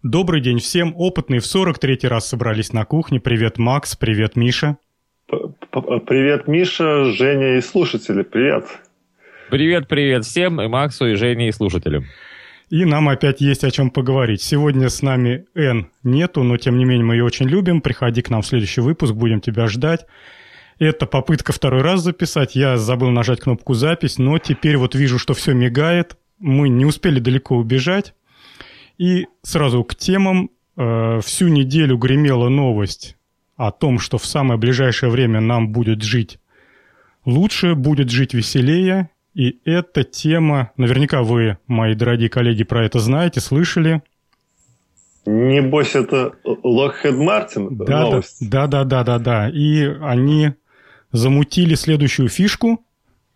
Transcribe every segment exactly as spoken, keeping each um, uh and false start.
Добрый день всем. Опытные в сорок третий раз собрались на кухне. Привет, Макс. Привет, Миша. Привет, Миша, Женя и слушатели. Привет. Привет-привет всем, и Максу, и Жене, и слушателям. И нам опять есть о чем поговорить. Сегодня с нами Н нету, но тем не менее мы ее очень любим. Приходи к нам в следующий выпуск, будем тебя ждать. Это попытка второй раз записать. Я забыл нажать кнопку «Запись», но теперь вот вижу, что все мигает. Мы не успели далеко убежать. И сразу к темам. Всю неделю гремела новость о том, что в самое ближайшее время нам будет жить лучше, будет жить веселее. И эта тема, наверняка вы, мои дорогие коллеги, про это знаете, слышали. Небось, это Lockheed Martin да, новость? Да, да, да, да, да. И они замутили следующую фишку.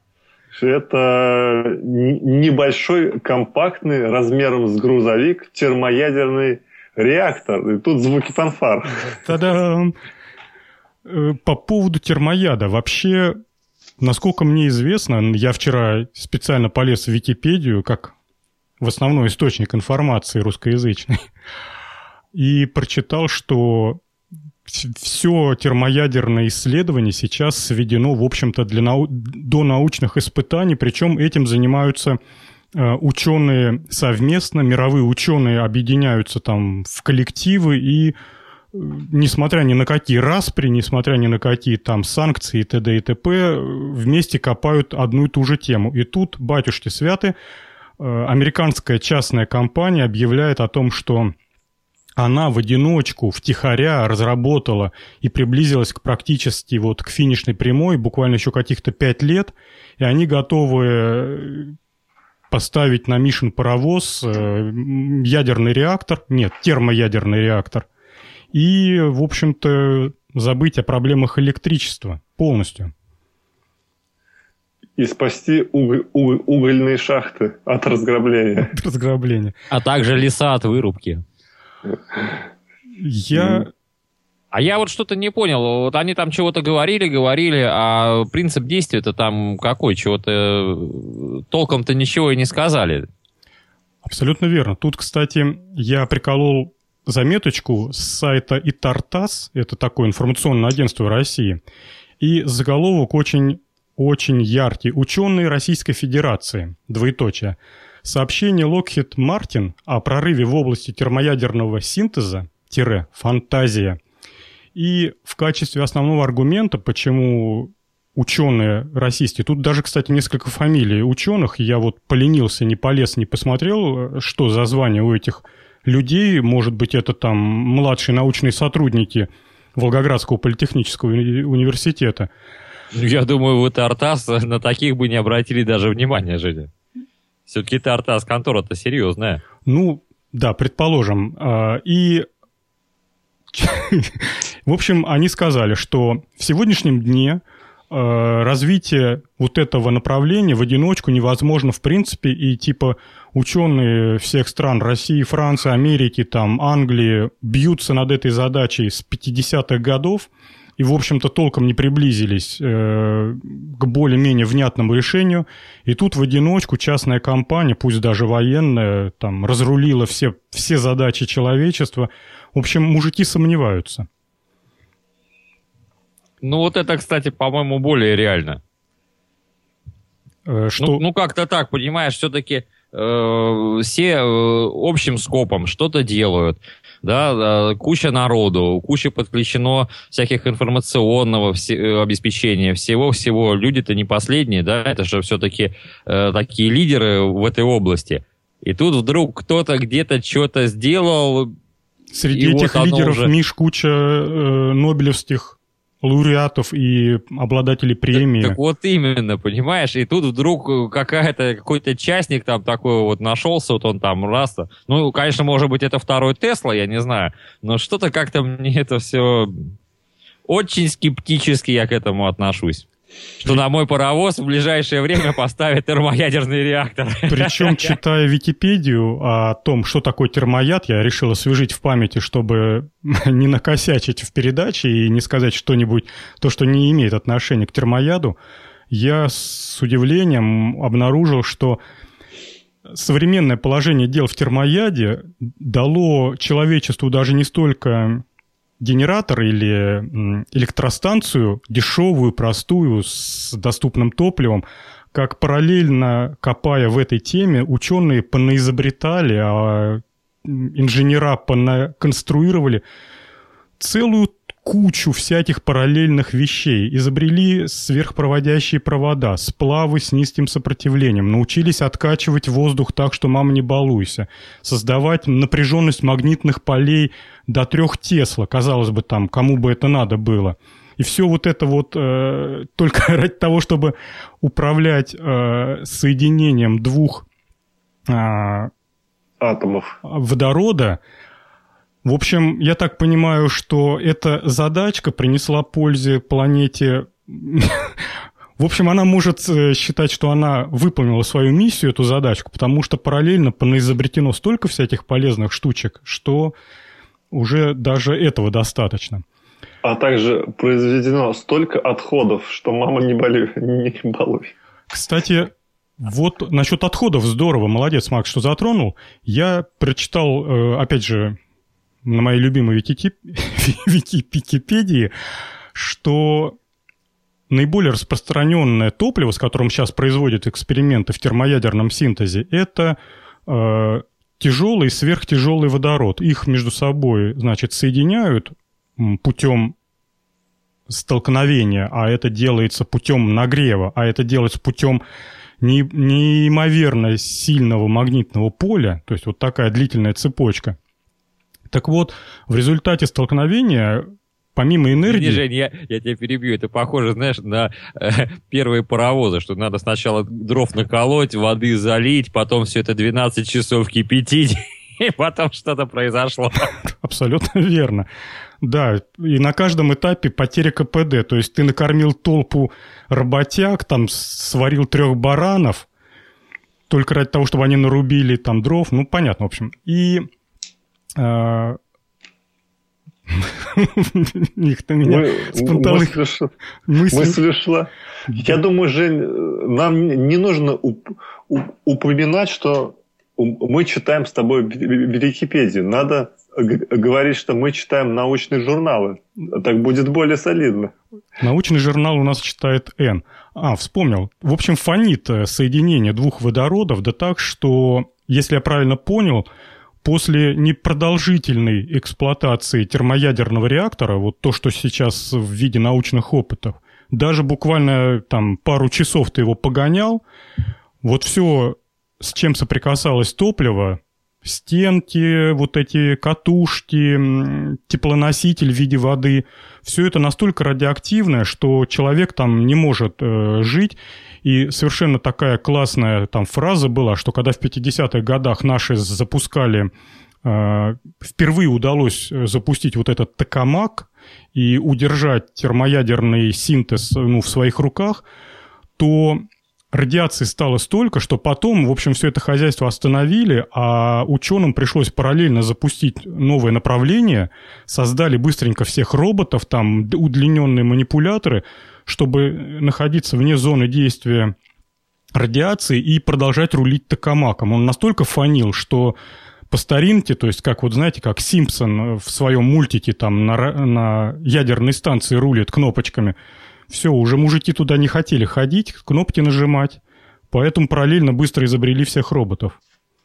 Это небольшой, компактный, размером с грузовик, термоядерный реактор. И тут звуки фанфар. Та-дам! По поводу термояда. Вообще, насколько мне известно, я вчера специально полез в Википедию, как в основной источник информации русскоязычной, и прочитал, что все термоядерное исследование сейчас сведено, в общем-то, для нау- до научных испытаний, причем этим занимаются э, ученые совместно, мировые ученые объединяются там в коллективы и, э, несмотря ни на какие распри, несмотря ни на какие там санкции и т.д. и т.п., вместе копают одну и ту же тему. И тут, батюшки святы, э, американская частная компания объявляет о том, что она в одиночку, втихаря разработала и приблизилась к практически вот к финишной прямой, буквально еще каких-то пять лет, и они готовы поставить на Мишин паровоз ядерный реактор, нет, термоядерный реактор, и, в общем-то, забыть о проблемах электричества полностью. И спасти уголь, уголь, угольные шахты от разграбления. От разграбления. А также леса от вырубки. Я... А я вот что-то не понял. Вот они там чего-то говорили, говорили, а принцип действия-то там какой? Чего-то толком-то ничего и не сказали. Абсолютно верно. Тут, кстати, я приколол заметочку с сайта ИТАР-ТАСС, это такое информационное агентство России, и заголовок очень, очень яркий. Ученые Российской Федерации, двоеточие. Сообщение Lockheed Martin о прорыве в области термоядерного синтеза, тире, фантазия. И в качестве основного аргумента, почему ученые российские, тут даже, кстати, несколько фамилий ученых, я вот поленился, не полез, не посмотрел, что за звание у этих людей, может быть, это там младшие научные сотрудники Волгоградского политехнического университета. Я думаю, в ИТАР-ТАСС на таких бы не обратили даже внимания, Женя. Все-таки ИТАР-ТАСС контора-то серьезная. Ну, да, предположим. И, в общем, они сказали, что в сегодняшнем дне развитие вот этого направления в одиночку невозможно в принципе, и типа ученые всех стран России, Франции, Америки, там, Англии бьются над этой задачей с пятидесятых годов, и, в общем-то, толком не приблизились э, к более-менее внятному решению. И тут в одиночку частная компания, пусть даже военная, там, разрулила все, все задачи человечества. В общем, мужики сомневаются. Ну, вот это, кстати, по-моему, более реально. Э, что... Ну, ну, как-то так, понимаешь, все-таки э, все э, общим скопом что-то делают. Да, куча народу, куча подключено всяких информационного все, обеспечения, всего-всего. Люди-то не последние, да, это же все-таки э, такие лидеры в этой области. И тут вдруг кто-то где-то что-то сделал. Среди этих вот лидеров, уже... Миш, куча э, нобелевских лауреатов и обладателей премии. Так, так вот именно, понимаешь, и тут вдруг какая-то, какой-то частник там такой вот нашелся, вот он там раз, ну, конечно, может быть, это второй Тесла, я не знаю, но что-то как-то мне это все очень скептически я к этому отношусь. Что на мой паровоз в ближайшее время поставят термоядерный реактор. Причем, читая Википедию о том, что такое термояд, я решил освежить в памяти, чтобы не накосячить в передаче и не сказать что-нибудь, то, что не имеет отношения к термояду. Я с удивлением обнаружил, что современное положение дел в термояде дало человечеству даже не столько генератор или электростанцию, дешевую, простую, с доступным топливом, как параллельно, копая в этой теме, ученые понаизобретали, а инженера понаконструировали целую кучу всяких параллельных вещей. Изобрели сверхпроводящие провода, сплавы с низким сопротивлением, научились откачивать воздух так, что мама не балуйся, создавать напряженность магнитных полей до трех Тесла, казалось бы, там, кому бы это надо было. И все вот это вот э, только ради того, чтобы управлять э, соединением двух э, атомов водорода. В общем, я так понимаю, что эта задачка принесла пользе планете. В общем, она может считать, что она выполнила свою миссию, эту задачку, потому что параллельно понаизобретено столько всяких полезных штучек, что уже даже этого достаточно. А также произведено столько отходов, что мама не болей, не балуй. Кстати, вот насчет отходов здорово, молодец, Макс, что затронул. Я прочитал, опять же, на моей любимой Википедии, что наиболее распространенное топливо, с которым сейчас производят эксперименты в термоядерном синтезе, это э, тяжелый и сверхтяжелый водород. Их между собой, значит, соединяют путем столкновения, а это делается путем нагрева, а это делается путем не, неимоверно сильного магнитного поля, то есть вот такая длительная цепочка. Так вот, в результате столкновения, помимо энергии... Не, Жень, я, я тебя перебью. Это похоже, знаешь, на э, первые паровозы, что надо сначала дров наколоть, воды залить, потом все это двенадцать часов кипятить, и потом что-то произошло. Абсолютно верно. Да, и на каждом этапе потеря ка пэ дэ. То есть ты накормил толпу работяг, там сварил трех баранов, только ради того, чтобы они нарубили там дров. Ну, понятно, в общем. И... Их-то меня спонтанных мысль ушла. Я думаю, Жень, нам не нужно упоминать, что мы читаем с тобой Википедию. Надо говорить, что мы читаем научные журналы. Так будет более солидно. Научный журнал у нас читает Н. А, вспомнил. В общем, фонит соединение двух водородов, да так, что, если я правильно понял, после непродолжительной эксплуатации термоядерного реактора, вот то, что сейчас в виде научных опытов, даже буквально там пару часов ты его погонял, вот все, с чем соприкасалось топливо, стенки, вот эти катушки, теплоноситель в виде воды, все это настолько радиоактивное, что человек там не может э, жить. И совершенно такая классная там фраза была, что когда в пятидесятых годах наши запускали, э, впервые удалось запустить вот этот токамак и удержать термоядерный синтез, ну, в своих руках, то радиации стало столько, что потом, в общем, все это хозяйство остановили, а ученым пришлось параллельно запустить новое направление, создали быстренько всех роботов, там удлиненные манипуляторы, чтобы находиться вне зоны действия радиации и продолжать рулить токамаком. Он настолько фонил, что по старинке, то есть, как вот знаете, как Симпсон в своем мультике там на, на ядерной станции рулит кнопочками, все, уже мужики туда не хотели ходить, кнопки нажимать, поэтому параллельно быстро изобрели всех роботов.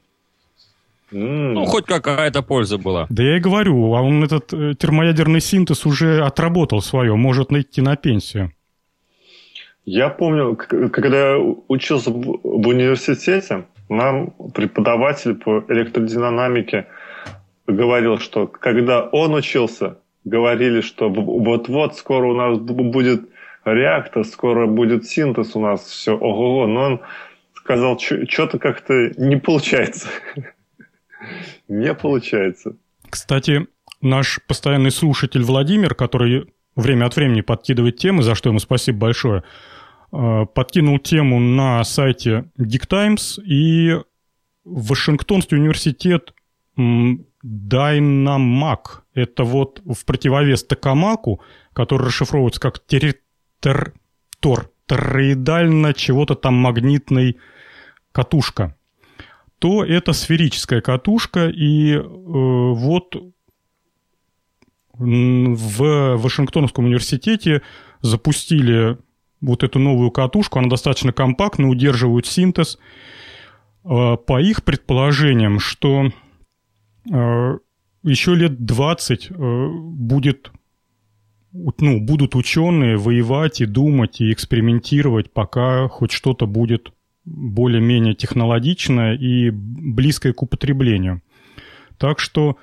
Ну, хоть какая-то польза была. Да я и говорю, а он этот термоядерный синтез уже отработал свое, может идти на пенсию. Я помню, когда я учился в университете, нам преподаватель по электродинамике говорил, что когда он учился, говорили, что вот-вот скоро у нас будет реактор, скоро будет синтез у нас, все, ого-го. Но он сказал, что-то как-то не получается. Не получается. Кстати, наш постоянный слушатель Владимир, который время от времени подкидывает темы, за что ему спасибо большое, подкинул тему на сайте Geek Times, и Вашингтонский университет Dynamac, это вот в противовес токамаку, который расшифровывается как тер, тор, тороидально чего-то там магнитной катушка, то это сферическая катушка, и э, вот в Вашингтонском университете запустили вот эту новую катушку, она достаточно компактна, удерживает синтез. Э, по их предположениям, что э, еще лет двадцать э, будет, ну, будут ученые воевать и думать, и экспериментировать, пока хоть что-то будет более-менее технологичное и близкое к употреблению. Так что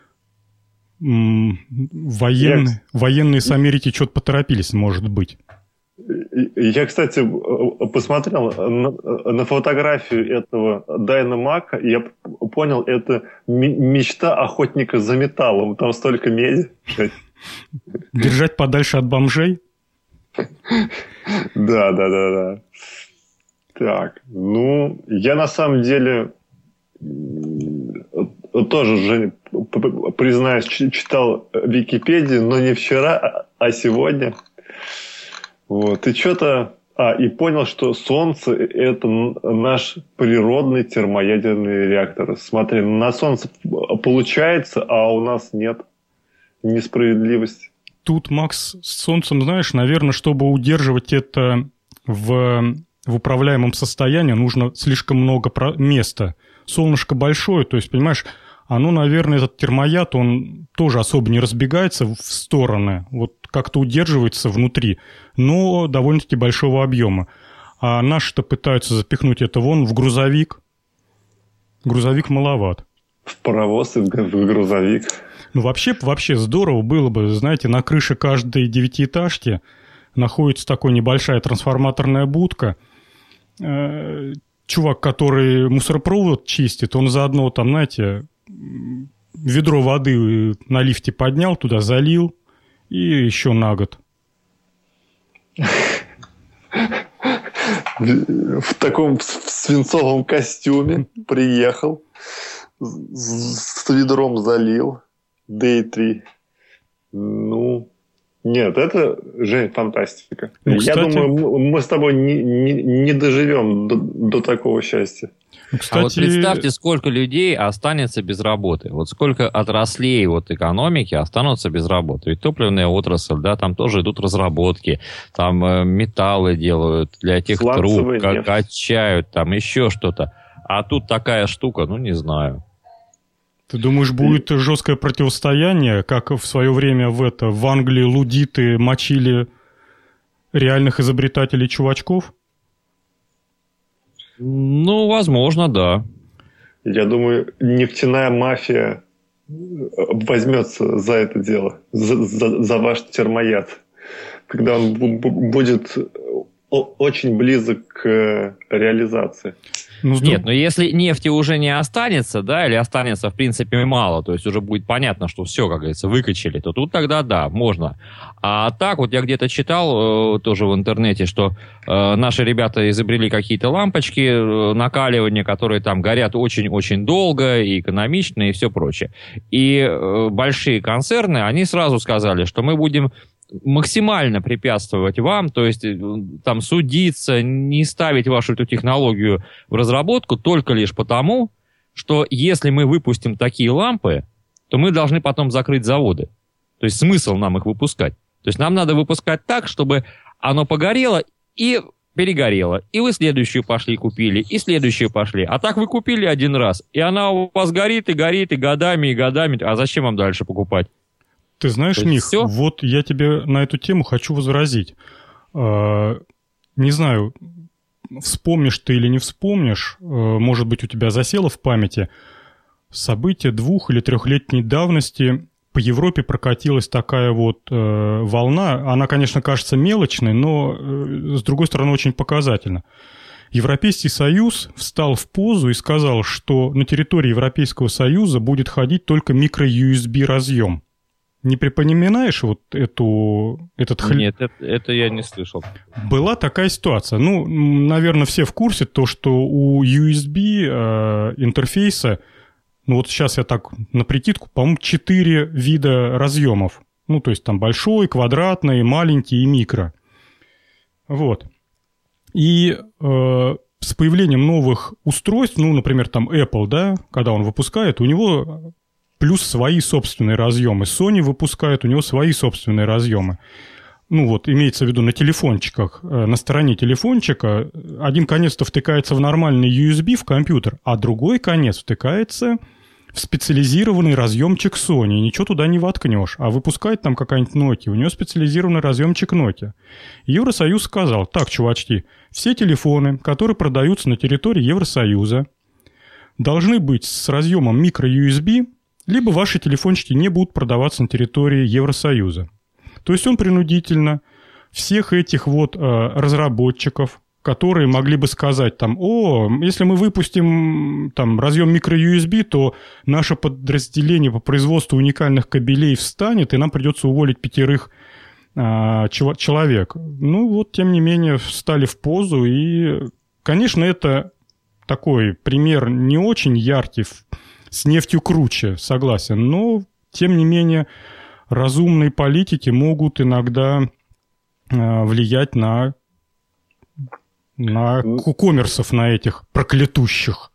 м- военные, военные с Америки что-то поторопились, может быть. Я, кстати, посмотрел на, на фотографию этого Дайнамака, и я понял, это мечта охотника за металлом. Там столько меди. Держать подальше от бомжей? Да, да, да, да. Так, ну, я на самом деле тоже, Женя, признаюсь, читал Википедию, но не вчера, а сегодня. Вот, и что-то... А, и понял, что Солнце – это наш природный термоядерный реактор. Смотри, на Солнце получается, а у нас нет. Несправедливость. Тут, Макс, с Солнцем, знаешь, наверное, чтобы удерживать это в... в управляемом состоянии, нужно слишком много места. Солнышко большое, то есть, понимаешь, оно, наверное, этот термояд, он тоже особо не разбегается в стороны, вот как-то удерживается внутри, но довольно-таки большого объема. А наши-то пытаются запихнуть это вон в грузовик. Грузовик маловат. В паровоз и в грузовик. Ну, вообще, вообще здорово было бы, знаете, на крыше каждой девятиэтажки находится такая небольшая трансформаторная будка. Чувак, который мусоропровод чистит, он заодно там, знаете, ведро воды на лифте поднял, туда залил, и еще на год. В таком свинцовом костюме приехал, с ведром залил, дэй три. Ну... Нет, это, Жень, фантастика. Ну, кстати, я думаю, мы с тобой не, не, не доживем до, до такого счастья. Ну, кстати... А вот представьте, сколько людей останется без работы. Вот сколько отраслей вот экономики останутся без работы. Ведь топливная отрасль, да, там тоже идут разработки, там э, металлы делают для тех труб, как качают, там еще что-то. А тут такая штука, ну, не знаю. Ты думаешь, будет жесткое противостояние, как в свое время в, это, в Англии лудиты мочили реальных изобретателей чувачков? Ну, возможно, да. Я думаю, нефтяная мафия возьмется за это дело, за, за, за ваш термояд, когда он будет очень близок к реализации. Ну, Нет, но если нефти уже не останется, да, или останется, в принципе, мало, то есть уже будет понятно, что все, как говорится, выкачали, то тут тогда да, можно. А так, вот я где-то читал э, тоже в интернете, что э, наши ребята изобрели какие-то лампочки э, накаливания, которые там горят очень-очень долго, и экономично, и все прочее. И э, большие концерны, они сразу сказали, что мы будем максимально препятствовать вам, то есть там судиться, не ставить вашу эту технологию в разработку только лишь потому, что если мы выпустим такие лампы, то мы должны потом закрыть заводы. То есть смысл нам их выпускать. То есть нам надо выпускать так, чтобы оно погорело и перегорело. И вы следующую пошли купили, и следующую пошли. А так вы купили один раз, и она у вас горит, и горит, и годами, и годами. А зачем вам дальше покупать? Ты знаешь, Мих, все? Вот я тебе на эту тему хочу возразить. Не знаю, вспомнишь ты или не вспомнишь, может быть, у тебя засело в памяти, событие двух- или трехлетней давности по Европе прокатилась такая вот волна. Она, конечно, кажется мелочной, но, с другой стороны, очень показательна. Европейский Союз встал в позу и сказал, что на территории Европейского Союза будет ходить только микро-ю эс би-разъем. Не припоминаешь вот эту, этот хлеб? Нет, это, это я не слышал. Была такая ситуация. Ну, наверное, все в курсе, то, что у ю эс би э, интерфейса, ну вот сейчас я так на прикидку, по-моему, четыре вида разъемов. Ну, то есть там большой, квадратный, маленький и микро. Вот. И э, с появлением новых устройств, ну, например, там Apple, да, когда он выпускает, у него плюс свои собственные разъемы. Sony выпускает, у него свои собственные разъемы. Ну вот, имеется в виду на телефончиках, на стороне телефончика один конец-то втыкается в нормальный ю эс би в компьютер, а другой конец втыкается в специализированный разъемчик Sony. Ничего туда не воткнешь. А выпускает там какая-нибудь Nokia, у него специализированный разъемчик Nokia. Евросоюз сказал: так, чувачки, все телефоны, которые продаются на территории Евросоюза, должны быть с разъемом микро-ю эс би, либо ваши телефончики не будут продаваться на территории Евросоюза. То есть он принудительно всех этих вот э, разработчиков, которые могли бы сказать там: о, если мы выпустим там разъем микро-ю эс би, то наше подразделение по производству уникальных кабелей встанет, и нам придется уволить пятерых э, чел- человек. Ну вот, тем не менее, встали в позу, и, конечно, это такой пример не очень яркий, с нефтью круче, согласен, но, тем не менее, разумные политики могут иногда э, влиять на, на коммерсов, на этих проклятущих.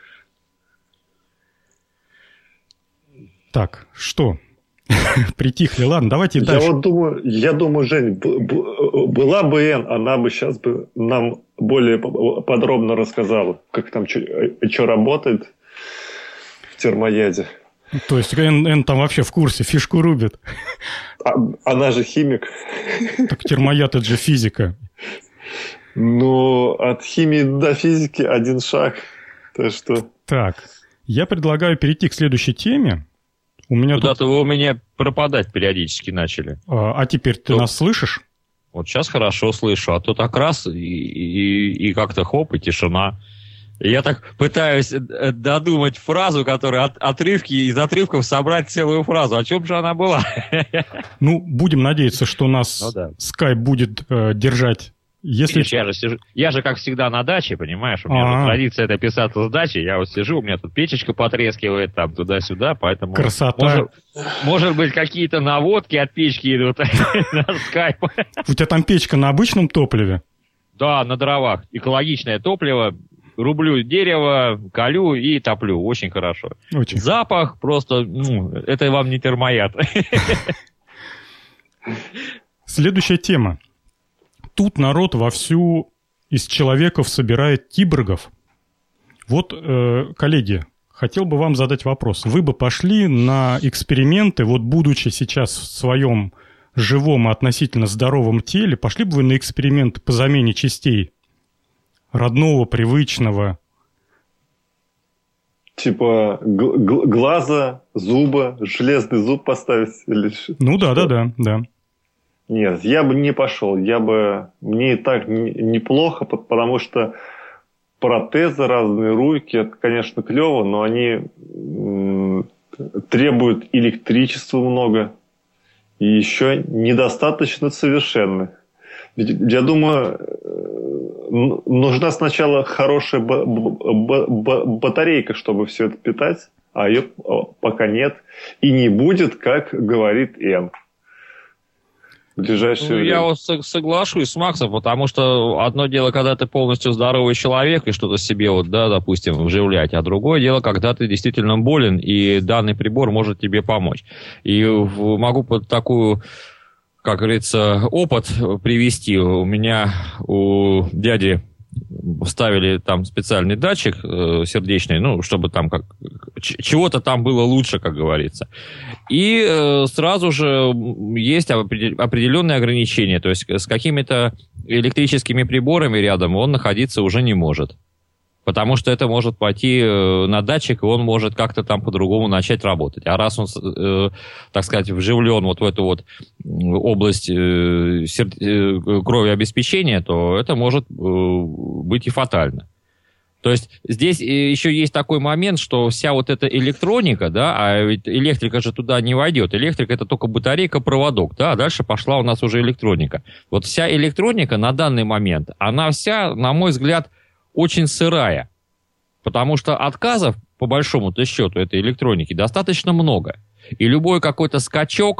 Так, что? Притихли, ладно, давайте дальше. Я вот думаю, я думаю, Жень, была бы Эн, она бы сейчас бы нам более подробно рассказала, как там что работает в термояде. То есть Эн, Эн там вообще в курсе, фишку рубит. А, она же химик. Так термояд — это же физика. Ну, от химии до физики один шаг. Так что... Так, я предлагаю перейти к следующей теме. У меня Куда-то тут... вы у меня пропадать периодически начали. А, а теперь ты ну, нас слышишь? Вот сейчас хорошо слышу, а то так раз, и, и, и как-то хоп, и тишина. Я так пытаюсь додумать фразу, которая от, отрывки из отрывков собрать целую фразу. О чем же она была? Ну, будем надеяться, что нас ну, да. Skype будет э, держать. Если... Видишь, я же сижу, я же, как всегда, на даче, понимаешь? У меня тут традиция это писаться с дачи. Я вот сижу, у меня тут печечка потрескивает, там, туда-сюда, поэтому... Красота. Может, может быть, какие-то наводки от печки идут на скайп. У тебя там печка на обычном топливе? Да, на дровах. Экологичное топливо. Рублю дерево, колю и топлю. Очень хорошо. Очень. Запах просто... Ну, это вам не термояд. Следующая тема. Тут народ вовсю из человеков собирает киборгов. Вот, э, коллеги, хотел бы вам задать вопрос. Вы бы пошли на эксперименты, вот будучи сейчас в своем живом и относительно здоровом теле, пошли бы вы на эксперименты по замене частей родного, привычного? Типа г- г- глаза, зуба, железный зуб поставить? Или ну да, да, да, да. Нет, я бы не пошел. Я бы... Мне и так не, неплохо, потому что протезы, разные руки, это, конечно, клево, но они м- требуют электричества много и еще недостаточно совершенны. Я думаю, нужна сначала хорошая б- б- б- батарейка, чтобы все это питать, а ее пока нет. И не будет, как говорит Эн. В ближайшее ну, время. Я вот соглашусь с Максом, потому что одно дело, когда ты полностью здоровый человек и что-то себе, вот, да, допустим, вживлять, а другое дело, когда ты действительно болен, и данный прибор может тебе помочь. И могу под такую... как говорится, опыт привести. У меня у дяди ставили там специальный датчик э, сердечный, ну, чтобы там как чего-то там было лучше, как говорится. И э, сразу же есть определенные ограничения. То есть с какими-то электрическими приборами рядом он находиться уже не может. Потому что это может пойти на датчик, и он может как-то там по-другому начать работать. А раз он, э, так сказать, вживлен вот в эту вот область э, сер... э, кровеобеспечения, то это может э, быть и фатально. То есть здесь еще есть такой момент, что вся вот эта электроника, да, а ведь электрика же туда не войдет. Электрика — это только батарейка, проводок, да, а дальше пошла у нас уже электроника. Вот вся электроника на данный момент, она вся, на мой взгляд, очень сырая, потому что отказов, по большому-то счету, этой электроники достаточно много. И любой какой-то скачок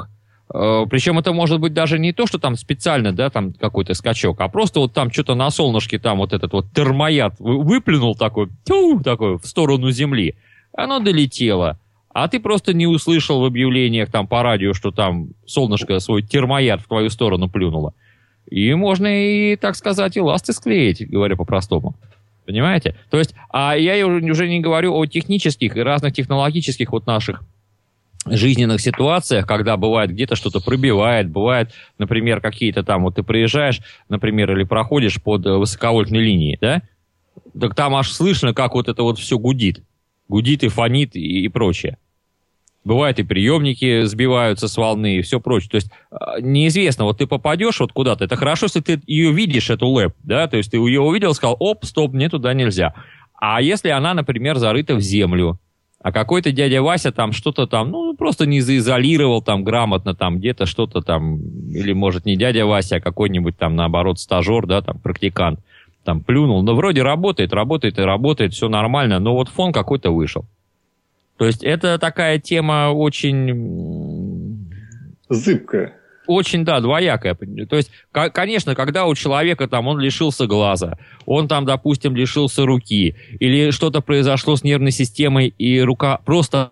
Причем это может быть даже не то, что там специально, да, там какой-то скачок, а просто вот там что-то на солнышке там вот этот вот термояд выплюнул такой, тю, такой в сторону Земли. Оно долетело. А ты просто не услышал в объявлениях там по радио, что там солнышко свой термояд в твою сторону плюнуло. И можно и, так сказать, и ласты склеить, говоря по-простому. Понимаете? То есть, а я уже не говорю о технических и разных технологических вот наших жизненных ситуациях, когда бывает где-то что-то пробивает, бывает, например, какие-то там, вот ты приезжаешь, например, или проходишь под высоковольтной линией, да? Так там аж слышно, как вот это вот все гудит. Гудит и фонит и, и прочее. Бывает и приемники сбиваются с волны и все прочее. То есть неизвестно, вот ты попадешь вот куда-то, это хорошо, если ты ее видишь, эту лэп, да, то есть ты ее увидел, сказал, оп, стоп, мне туда нельзя. А если она, например, зарыта в землю, а какой-то дядя Вася там что-то там, ну, просто не заизолировал там грамотно, там где-то что-то там, или, может, не дядя Вася, а какой-нибудь там, наоборот, стажер, да, там, практикант, там, плюнул. Но вроде работает, работает и работает, все нормально, но вот фон какой-то вышел. То есть это такая тема очень... Зыбкая. Очень, да, двоякая. То есть, конечно, когда у человека там он лишился глаза, он там, допустим, лишился руки, или что-то произошло с нервной системой, и рука просто...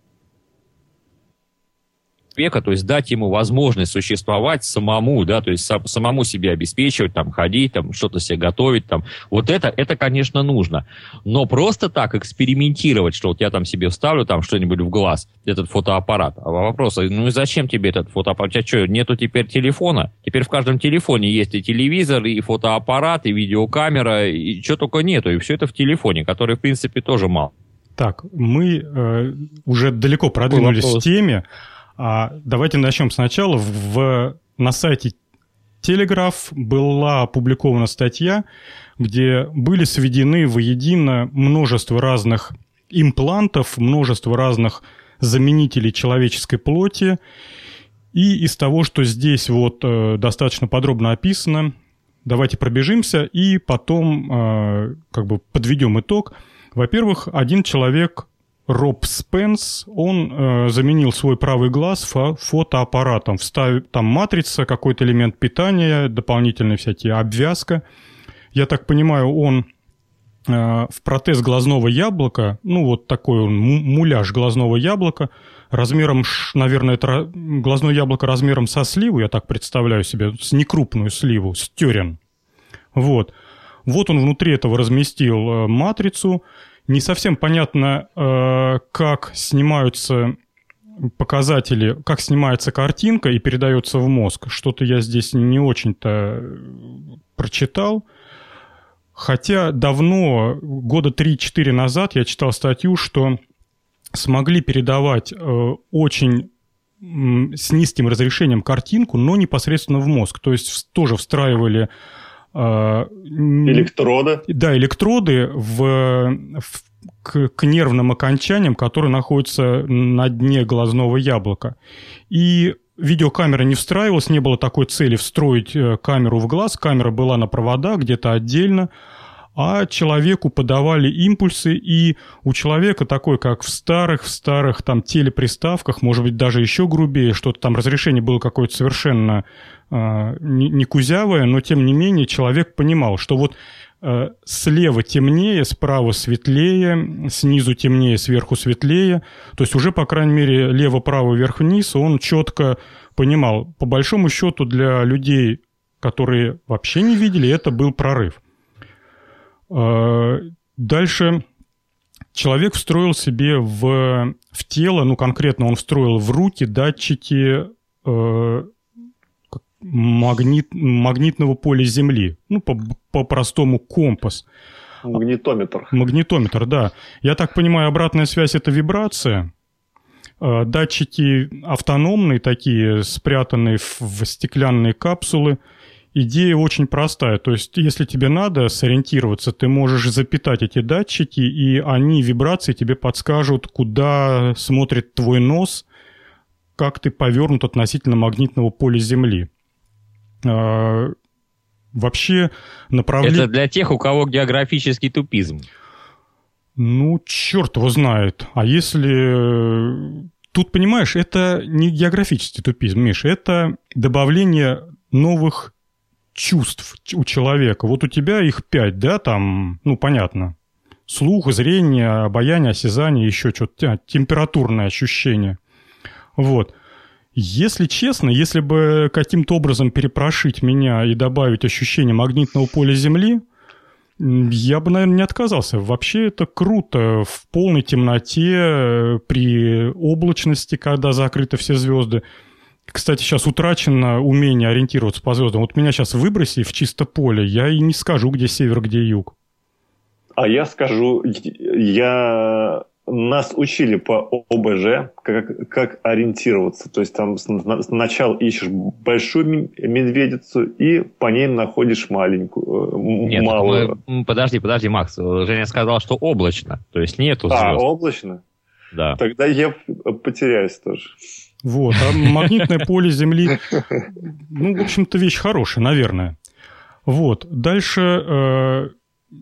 века, то есть дать ему возможность существовать самому, да, то есть сам, самому себе обеспечивать, там, ходить, там, что-то себе готовить, там, вот это, это, конечно, нужно. Но просто так экспериментировать, что вот я там себе вставлю там что-нибудь в глаз, этот фотоаппарат. А вопрос, ну и зачем тебе этот фотоаппарат? У тебя что, нету теперь телефона? Теперь в каждом телефоне есть и телевизор, и фотоаппарат, и видеокамера, и что только нету, и все это в телефоне, который, в принципе, тоже мало. Так, мы э, уже далеко продвинулись в теме. А давайте начнем сначала. В, на сайте Телеграф была опубликована статья, где были сведены воедино множество разных имплантов, множество разных заменителей человеческой плоти. И из того, что здесь вот э, достаточно подробно описано, давайте пробежимся и потом э, как бы подведем итог. Во-первых, один человек... Роб Спенс, он э, заменил свой правый глаз фо- фотоаппаратом. Вставил там матрица, какой-то элемент питания, дополнительные всякие обвязка. Я так понимаю, он э, в протез глазного яблока, ну вот такой он муляж глазного яблока, размером, наверное, это глазное яблоко размером со сливу, я так представляю себе, с некрупную сливу, стерен. Вот. Вот он внутри этого разместил э, матрицу. Не совсем понятно, как снимаются показатели, как снимается картинка и передается в мозг. Что-то я здесь не очень-то прочитал. Хотя давно, года три-четыре назад, я читал статью, что смогли передавать очень с низким разрешением картинку, но непосредственно в мозг. То есть тоже встраивали... Электроды. Да, электроды в, в, к, к нервным окончаниям, которые находятся на дне глазного яблока. И видеокамера не встраивалась, не было такой цели встроить камеру в глаз. Камера была на проводах где-то отдельно, а человеку подавали импульсы, и у человека такой, как в старых, в старых там телеприставках, может быть, даже еще грубее, что-то там разрешение было какое-то совершенно э, не, не кузявое, но тем не менее человек понимал, что вот э, слева темнее, справа светлее, снизу темнее, сверху светлее, то есть уже, по крайней мере, лево, право, вверх, вниз он четко понимал. По большому счету для людей, которые вообще не видели, это был прорыв. Дальше человек встроил себе в, в тело, ну конкретно он встроил в руки датчики э, магнит, магнитного поля Земли, ну по, по-простому компас. Магнитометр. Магнитометр, да. Я так понимаю, обратная связь – это вибрация. Датчики автономные такие, спрятанные в, в стеклянные капсулы. Идея очень простая, то есть если тебе надо сориентироваться, ты можешь запитать эти датчики, и они, вибрации, тебе подскажут, куда смотрит твой нос, как ты повернут относительно магнитного поля Земли. А, вообще направление... Это для тех, у кого географический тупизм. Ну, черт его знает. А если Тут, понимаешь, это не географический тупизм, Миш, это добавление новых чувств у человека. Вот у тебя их пять, да, там, ну, понятно. Слух, зрение, обоняние, осязание, еще что-то, температурное ощущение. Вот. Если честно, если бы каким-то образом перепрошить меня и добавить ощущение магнитного поля Земли, я бы, наверное, не отказался. Вообще это круто. В полной темноте, при облачности, когда закрыты все звезды. Кстати, сейчас утрачено умение ориентироваться по звездам. Вот меня сейчас выброси в чисто поле, я и не скажу, где север, где юг. А я скажу, я... Нас учили по О Б Ж, как, как ориентироваться. То есть там сначала ищешь большую медведицу и по ней находишь маленькую, Нет, малую. Мы, подожди, подожди, Макс. Женя сказал, что облачно. То есть нету звезд. А, облачно? Да. Тогда я потеряюсь тоже. Вот. А магнитное поле Земли, ну, в общем-то, вещь хорошая, наверное. Вот. Дальше...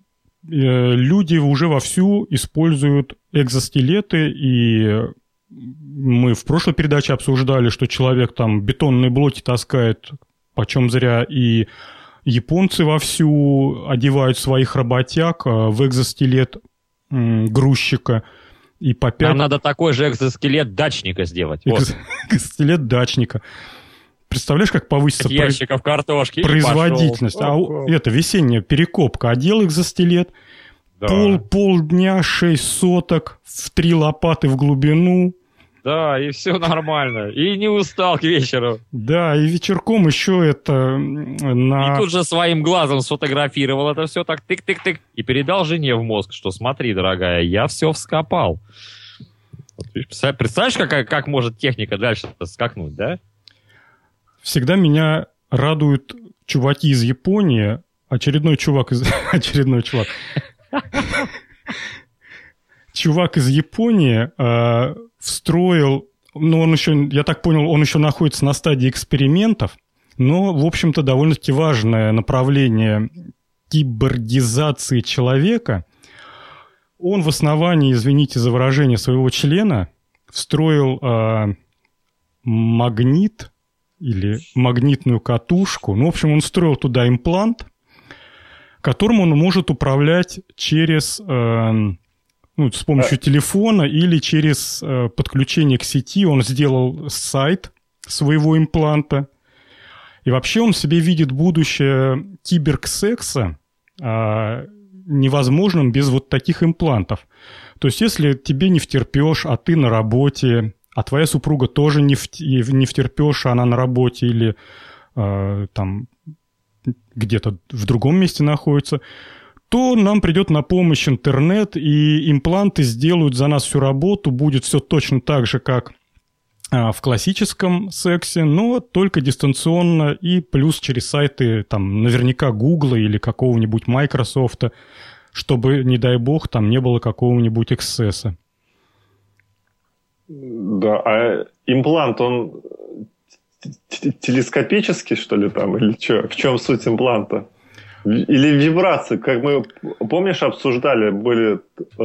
Люди уже вовсю используют экзоскелеты, и мы в прошлой передаче обсуждали, что человек там бетонные блоки таскает почем зря, и японцы вовсю одевают своих работяг в экзоскелет грузчика. И по пять... Нам надо такой же экзоскелет дачника сделать. Экз... Вот. Экзоскелет дачника. Представляешь, как повысится ящиков картошки производительность? А это весенняя перекопка. Одел экзоскелет, да. пол, полдня, шесть соток, в три лопаты в глубину. Да, и все нормально. И не устал к вечеру. Да, и вечерком еще это на... И тут же своим глазом сфотографировал это все так тык-тык-тык. И передал жене в мозг, что смотри, дорогая, я все вскопал. Представляешь, как, как может техника дальше скакнуть, да? Всегда меня радуют чуваки из Японии. Очередной чувак из... Очередной чувак. Чувак из Японии э, встроил... Ну, он еще, я так понял, он еще находится на стадии экспериментов. Но, в общем-то, довольно-таки важное направление киборгизации человека. Он в основании, извините за выражение, своего члена встроил э, магнит... или магнитную катушку. Ну, в общем, он строил туда имплант, которым он может управлять через, э, ну, с помощью а... телефона или через э, подключение к сети. Он сделал сайт своего импланта. И вообще он в себе видит будущее киберсекса э, невозможным без вот таких имплантов. То есть, если тебе не втерпешь, а ты на работе... а твоя супруга тоже не, в, не втерпешь, а она на работе или э, там где-то в другом месте находится, то нам придет на помощь интернет, и импланты сделают за нас всю работу, будет все точно так же, как э, в классическом сексе, но только дистанционно и плюс через сайты там наверняка Гугла или какого-нибудь Майкрософта, чтобы, не дай бог, там не было какого-нибудь эксцесса. Да, а имплант, он телескопический, что ли, там, или что? В чем суть импланта? Или вибрации, как мы, помнишь, обсуждали, были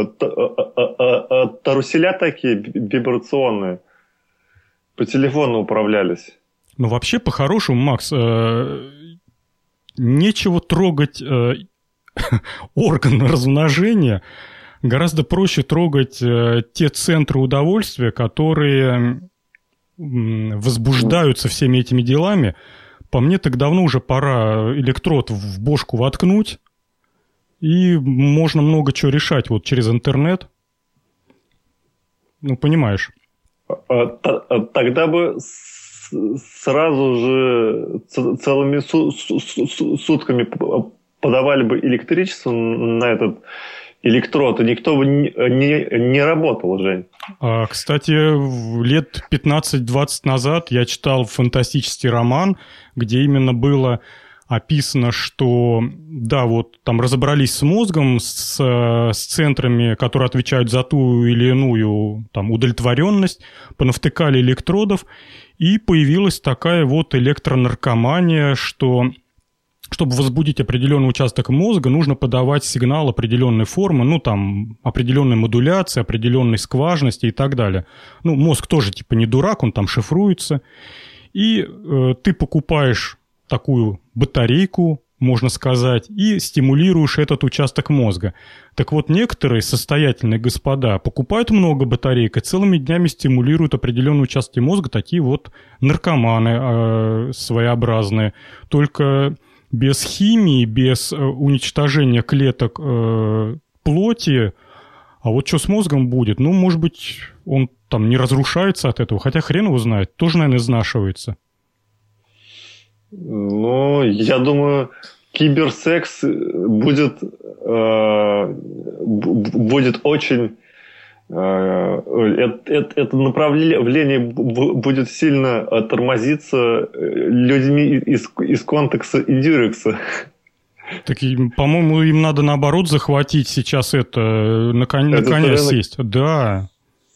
таруселя такие вибрационные, по телефону управлялись. Ну, вообще, по-хорошему, Макс, э, нечего трогать э, орган размножения. Гораздо проще трогать э, те центры удовольствия, которые э, возбуждаются всеми этими делами. По мне, так давно уже пора электрод в бошку воткнуть, и можно много чего решать вот через интернет. Ну, понимаешь. Тогда бы сразу же целыми сутками подавали бы электричество на этот электрод, и никто бы не, не, не работал, Жень. А, кстати, лет пятнадцать-двадцать назад я читал фантастический роман, где именно было описано, что, да, вот там разобрались с мозгом, с, с центрами, которые отвечают за ту или иную там, удовлетворенность, понавтыкали электродов, и появилась такая вот электронаркомания, что чтобы возбудить определенный участок мозга, нужно подавать сигнал определенной формы, ну, там, определенной модуляции, определенной скважности и так далее. Ну, мозг тоже, типа, не дурак, он там шифруется. И э, ты покупаешь такую батарейку, можно сказать, и стимулируешь этот участок мозга. Так вот, некоторые состоятельные господа покупают много батареек и целыми днями стимулируют определенные участки мозга, такие вот наркоманы э, своеобразные. Только без химии, без э, уничтожения клеток э, плоти. А вот что с мозгом будет? Ну, может быть, он там не разрушается от этого, хотя хрен его знает, тоже, наверное, изнашивается. Ну, я думаю, киберсекс будет, э, будет очень... Э, это, это направление будет сильно тормозиться людьми из, из контекста и дюрекса. Так, по-моему, им надо, наоборот, захватить сейчас это, на, кон- на коня рынок... сесть. Да.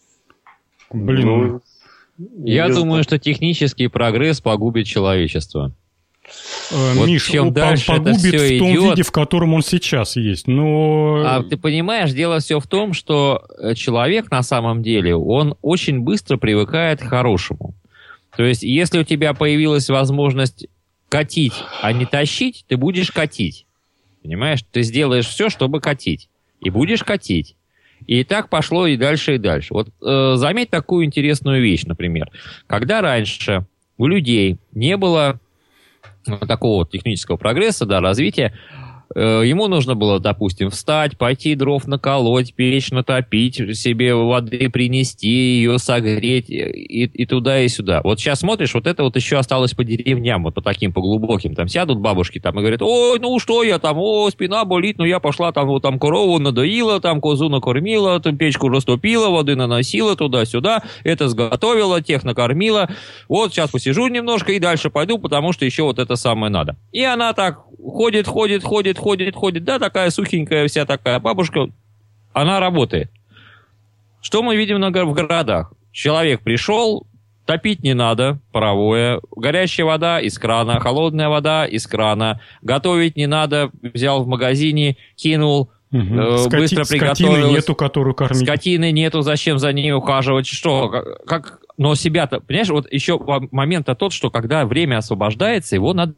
Блин. Ну, я думаю, что технический прогресс погубит человечество. Вот Миш, чем дальше погубит это все в том идет, виде, в котором он сейчас есть. Но... А ты понимаешь, дело все в том, что человек на самом деле, он очень быстро привыкает к хорошему. То есть, если у тебя появилась возможность катить, а не тащить, ты будешь катить. Понимаешь? Ты сделаешь все, чтобы катить. И будешь катить. И так пошло и дальше, и дальше. Вот э, заметь такую интересную вещь, например. Когда раньше у людей не было такого вот технического прогресса, да, развития, э, ему нужно было, допустим, встать, пойти дров наколоть, печь натопить, себе воды принести, ее согреть, и, и туда, и сюда. Вот сейчас смотришь, вот это вот еще осталось по деревням, вот по таким, по глубоким. Там сядут бабушки там и говорят: ой, ну что я там, о, спина болит, ну я пошла там, вот там корову надоила, там козу накормила, там печку растопила, воды наносила туда-сюда, это сготовила, тех накормила. Вот сейчас посижу немножко и дальше пойду, потому что еще вот это самое надо. И она так ходит, ходит, ходит, ходит, ходит, да, такая сухенькая вся такая бабушка, она работает. Что мы видим в городах? Человек пришел, топить не надо, паровое, горячая вода из крана, холодная вода из крана, готовить не надо, взял в магазине, кинул, угу. э, Скоти, быстро приготовил. Скотины нету, которую кормить. Скотины нету, зачем за ней ухаживать, что, как, как... но себя-то, понимаешь, вот еще момент-то тот, что когда время освобождается, его надо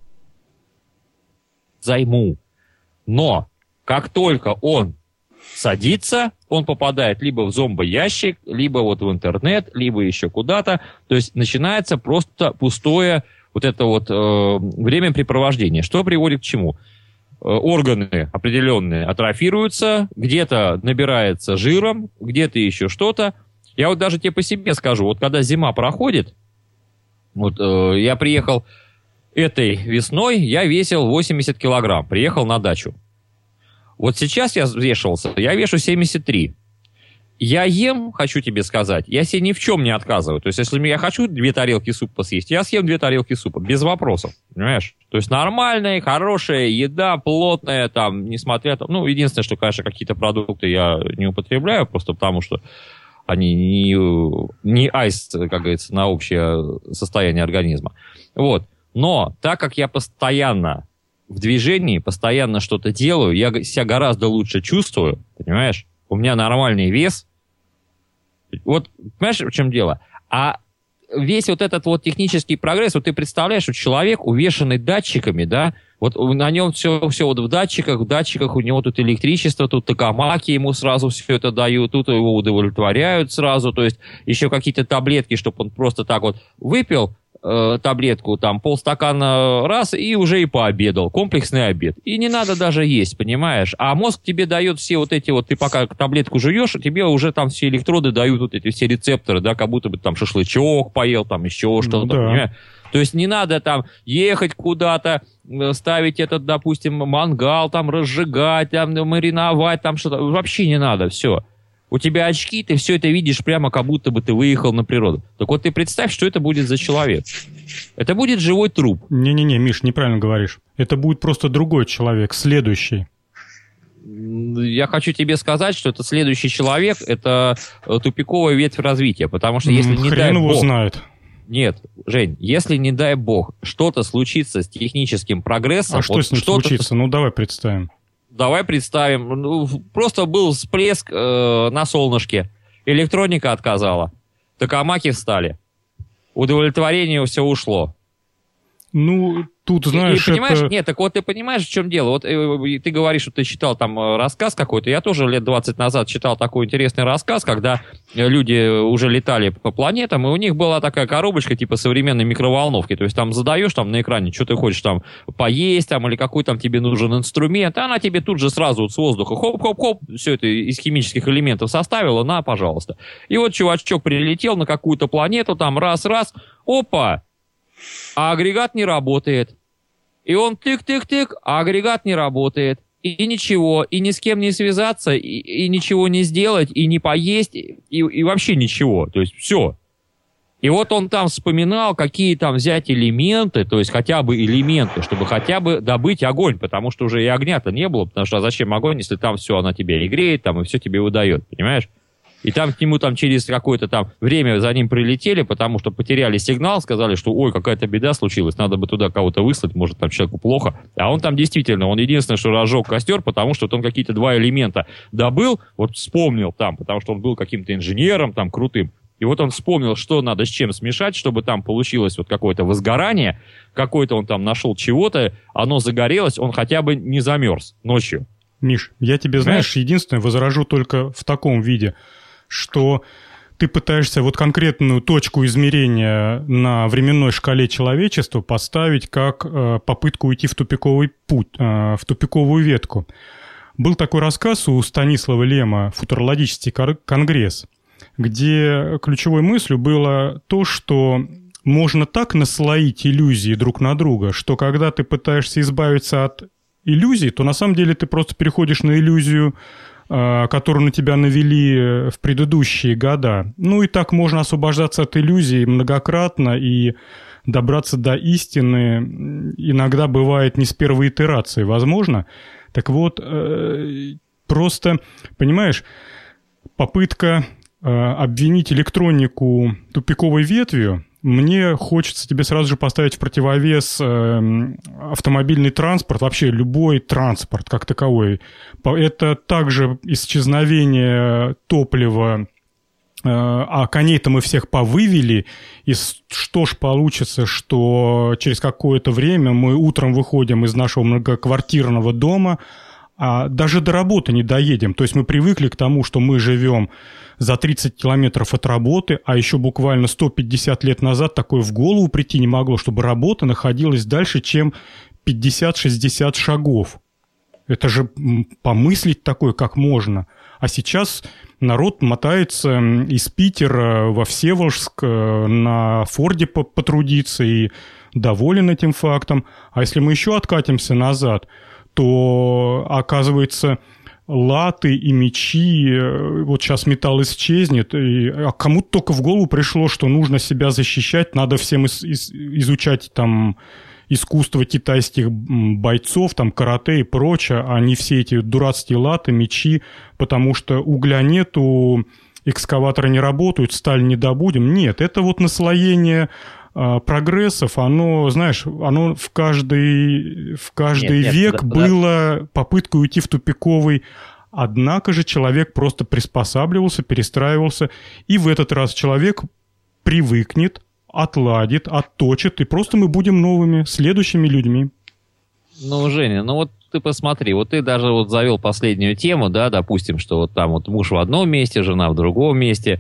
займу. Но как только он садится, он попадает либо в зомбоящик, либо вот в интернет, либо еще куда-то. То есть начинается просто пустое вот это вот э, времяпрепровождение. Что приводит к чему? Э, органы определенные атрофируются, где-то набирается жиром, где-то еще что-то. Я вот даже тебе по себе скажу, вот когда зима проходит, вот э, я приехал этой весной, я весил восемьдесят килограмм, приехал на дачу. Вот сейчас я вешался, я вешу семьдесят три. Я ем, хочу тебе сказать, я себе ни в чем не отказываю. То есть, если я хочу две тарелки супа съесть, я съем две тарелки супа, без вопросов, понимаешь? То есть, нормальная, хорошая еда, плотная, там, несмотря... Там, ну, единственное, что, конечно, какие-то продукты я не употребляю, просто потому что они не, не айс, как говорится, на общее состояние организма. Вот. Но так как я постоянно в движении, постоянно что-то делаю, я себя гораздо лучше чувствую, понимаешь? У меня нормальный вес. Вот, понимаешь, в чем дело? А весь вот этот вот технический прогресс, вот ты представляешь, вот человек, увешанный датчиками, да, вот на нем все, все вот в датчиках, в датчиках у него тут электричество, тут токамаки ему сразу все это дают, тут его удовлетворяют сразу, то есть еще какие-то таблетки, чтобы он просто так вот выпил, таблетку, там, полстакана раз, и уже и пообедал. Комплексный обед. И не надо даже есть, понимаешь? А мозг тебе дает все вот эти вот, ты пока таблетку жуешь, тебе уже там все электроды дают вот эти все рецепторы, да, как будто бы там шашлычок поел, там еще что-то, ну, да. Понимаешь? То есть не надо там ехать куда-то, ставить этот, допустим, мангал, там, разжигать, там, мариновать, там что-то. Вообще не надо, все. У тебя очки, ты все это видишь прямо, как будто бы ты выехал на природу. Так вот ты представь, что это будет за человек. Это будет живой труп. Не-не-не, Миш, неправильно говоришь. Это будет просто другой человек, следующий. Я хочу тебе сказать, что это следующий человек, это тупиковая ветвь развития. Потому что если, не дай Хрен его бог, знает. Нет, Жень, если, не дай бог, что-то случится с техническим прогрессом... А что вот с ним что-то... случится? Ну, давай представим. Давай представим. Ну, просто был всплеск э, на солнышке. Электроника отказала. Токамаки встали. Удовлетворение все ушло. Ну, тут, знаешь, и, и, понимаешь, это... Нет, так вот ты понимаешь, в чем дело. Вот э, ты говоришь, что ты читал там рассказ какой-то. Я тоже лет двадцать назад читал такой интересный рассказ, когда люди уже летали по планетам, и у них была такая коробочка типа современной микроволновки. То есть там задаешь там на экране, что ты хочешь там поесть, там, или какой там тебе нужен инструмент, а она тебе тут же сразу вот с воздуха хоп-хоп-хоп, все это из химических элементов составила, на, пожалуйста. И вот чувачок прилетел на какую-то планету, там раз-раз, опа! А агрегат не работает. И он тык-тык-тык, а агрегат не работает. И, и ничего, и ни с кем не связаться, и, и ничего не сделать, и не поесть, и, и вообще ничего. То есть все. И вот он там вспоминал, какие там взять элементы, то есть хотя бы элементы, чтобы хотя бы добыть огонь, потому что уже и огня-то не было, потому что а зачем огонь, если там все, она тебя и греет, там, и все тебе выдает, понимаешь? И там к нему там через какое-то там время за ним прилетели, потому что потеряли сигнал, сказали, что ой, какая-то беда случилась, надо бы туда кого-то выслать, может там человеку плохо. А он там действительно, он единственное, что разжег костер, потому что вот он какие-то два элемента добыл, вот вспомнил там, потому что он был каким-то инженером там крутым. И вот он вспомнил, что надо с чем смешать, чтобы там получилось вот какое-то возгорание, какое-то он там нашел чего-то, оно загорелось, он хотя бы не замерз ночью. Миш, я тебе, знаешь, знаешь единственное, возражу только в таком виде, что ты пытаешься вот конкретную точку измерения на временной шкале человечества поставить как э, попытку уйти в тупиковый путь, э, в тупиковую ветку. Был такой рассказ у Станислава Лема «Футурологический конгресс», где ключевой мыслью было то, что можно так наслоить иллюзии друг на друга, что когда ты пытаешься избавиться от иллюзий, то на самом деле ты просто переходишь на иллюзию, которую на тебя навели в предыдущие года. Ну и так можно освобождаться от иллюзий многократно и добраться до истины. Иногда бывает не с первой итерации, возможно. Так вот, просто, понимаешь, попытка обвинить электронику тупиковой ветвью, мне хочется тебе сразу же поставить в противовес э, автомобильный транспорт, вообще любой транспорт как таковой. Это также исчезновение топлива, э, а коней-то мы всех повывели, и что ж получится, что через какое-то время мы утром выходим из нашего многоквартирного дома, а даже до работы не доедем. То есть мы привыкли к тому, что мы живем за тридцать километров от работы, а еще буквально сто пятьдесят лет назад такое в голову прийти не могло, чтобы работа находилась дальше, чем пятьдесят-шестьдесят шагов. Это же помыслить такое, как можно. А сейчас народ мотается из Питера во Всеволожск на Форде потрудиться и доволен этим фактом. А если мы еще откатимся назад, то, оказывается, латы и мечи, вот сейчас металл исчезнет, и, а кому-то только в голову пришло, что нужно себя защищать, надо всем из, из, изучать там искусство китайских бойцов, там карате и прочее, а не все эти дурацкие латы, мечи, потому что угля нету, экскаваторы не работают, сталь не добудем. Нет, это вот наслоение прогрессов, оно, знаешь, оно в каждый, в каждый нет, нет, век да, было да. попыткой уйти в тупиковый. Однако же человек просто приспосабливался, перестраивался, и в этот раз человек привыкнет, отладит, отточит, и просто мы будем новыми, следующими людьми. Ну, Женя, ну вот ты посмотри, вот ты даже вот завел последнюю тему, да, допустим, что вот там вот муж в одном месте, жена в другом месте.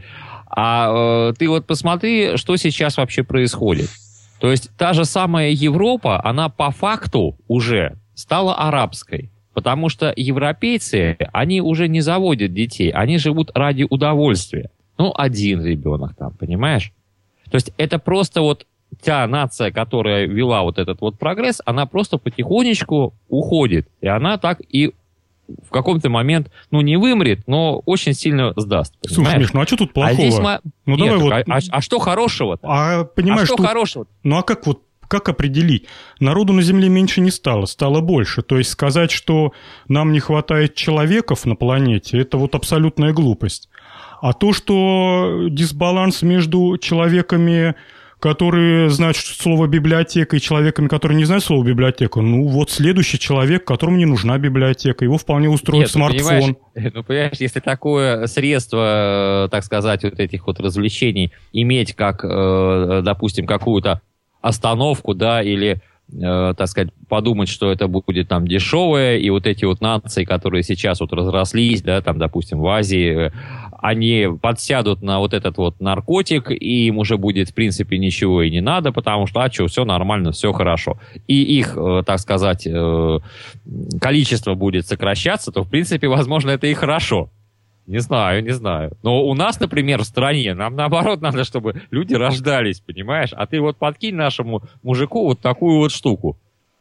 А э, ты вот посмотри, что сейчас вообще происходит. То есть та же самая Европа, она по факту уже стала арабской. Потому что европейцы, они уже не заводят детей, они живут ради удовольствия. Ну, один ребенок там, понимаешь? То есть это просто вот та нация, которая вела вот этот вот прогресс, она просто потихонечку уходит. И она так и в каком-то момент, ну, не вымрет, но очень сильно сдаст. Понимаешь? Слушай, Миш, ну а что тут плохого? А здесь мы... Ну, Нет, давай вот... а, а, а что хорошего-то? А, понимаешь, а что тут... хорошего-то? Ну, а как вот, как определить? Народу на Земле меньше не стало, стало больше. То есть сказать, что нам не хватает человеков на планете, это вот абсолютная глупость. А то, что дисбаланс между человеками, которые знают слово библиотека, и человеками, которые не знают слово библиотека. Ну, вот следующий человек, которому не нужна библиотека, его вполне устроит Нет, смартфон. Ну понимаешь, ну, понимаешь, если такое средство, так сказать, вот этих вот развлечений иметь как, допустим, какую-то остановку, да, или, так сказать, подумать, что это будет там дешевое, и вот эти вот нации, которые сейчас вот разрослись, да, там, допустим, в Азии, они подсядут на вот этот вот наркотик, и им уже будет, в принципе, ничего и не надо, потому что, а что, все нормально, все хорошо. И их, так сказать, количество будет сокращаться, то, в принципе, возможно, это и хорошо. Не знаю, не знаю. Но у нас, например, в стране, нам наоборот надо, чтобы люди рождались, понимаешь? А ты вот подкинь нашему мужику вот такую вот штуку.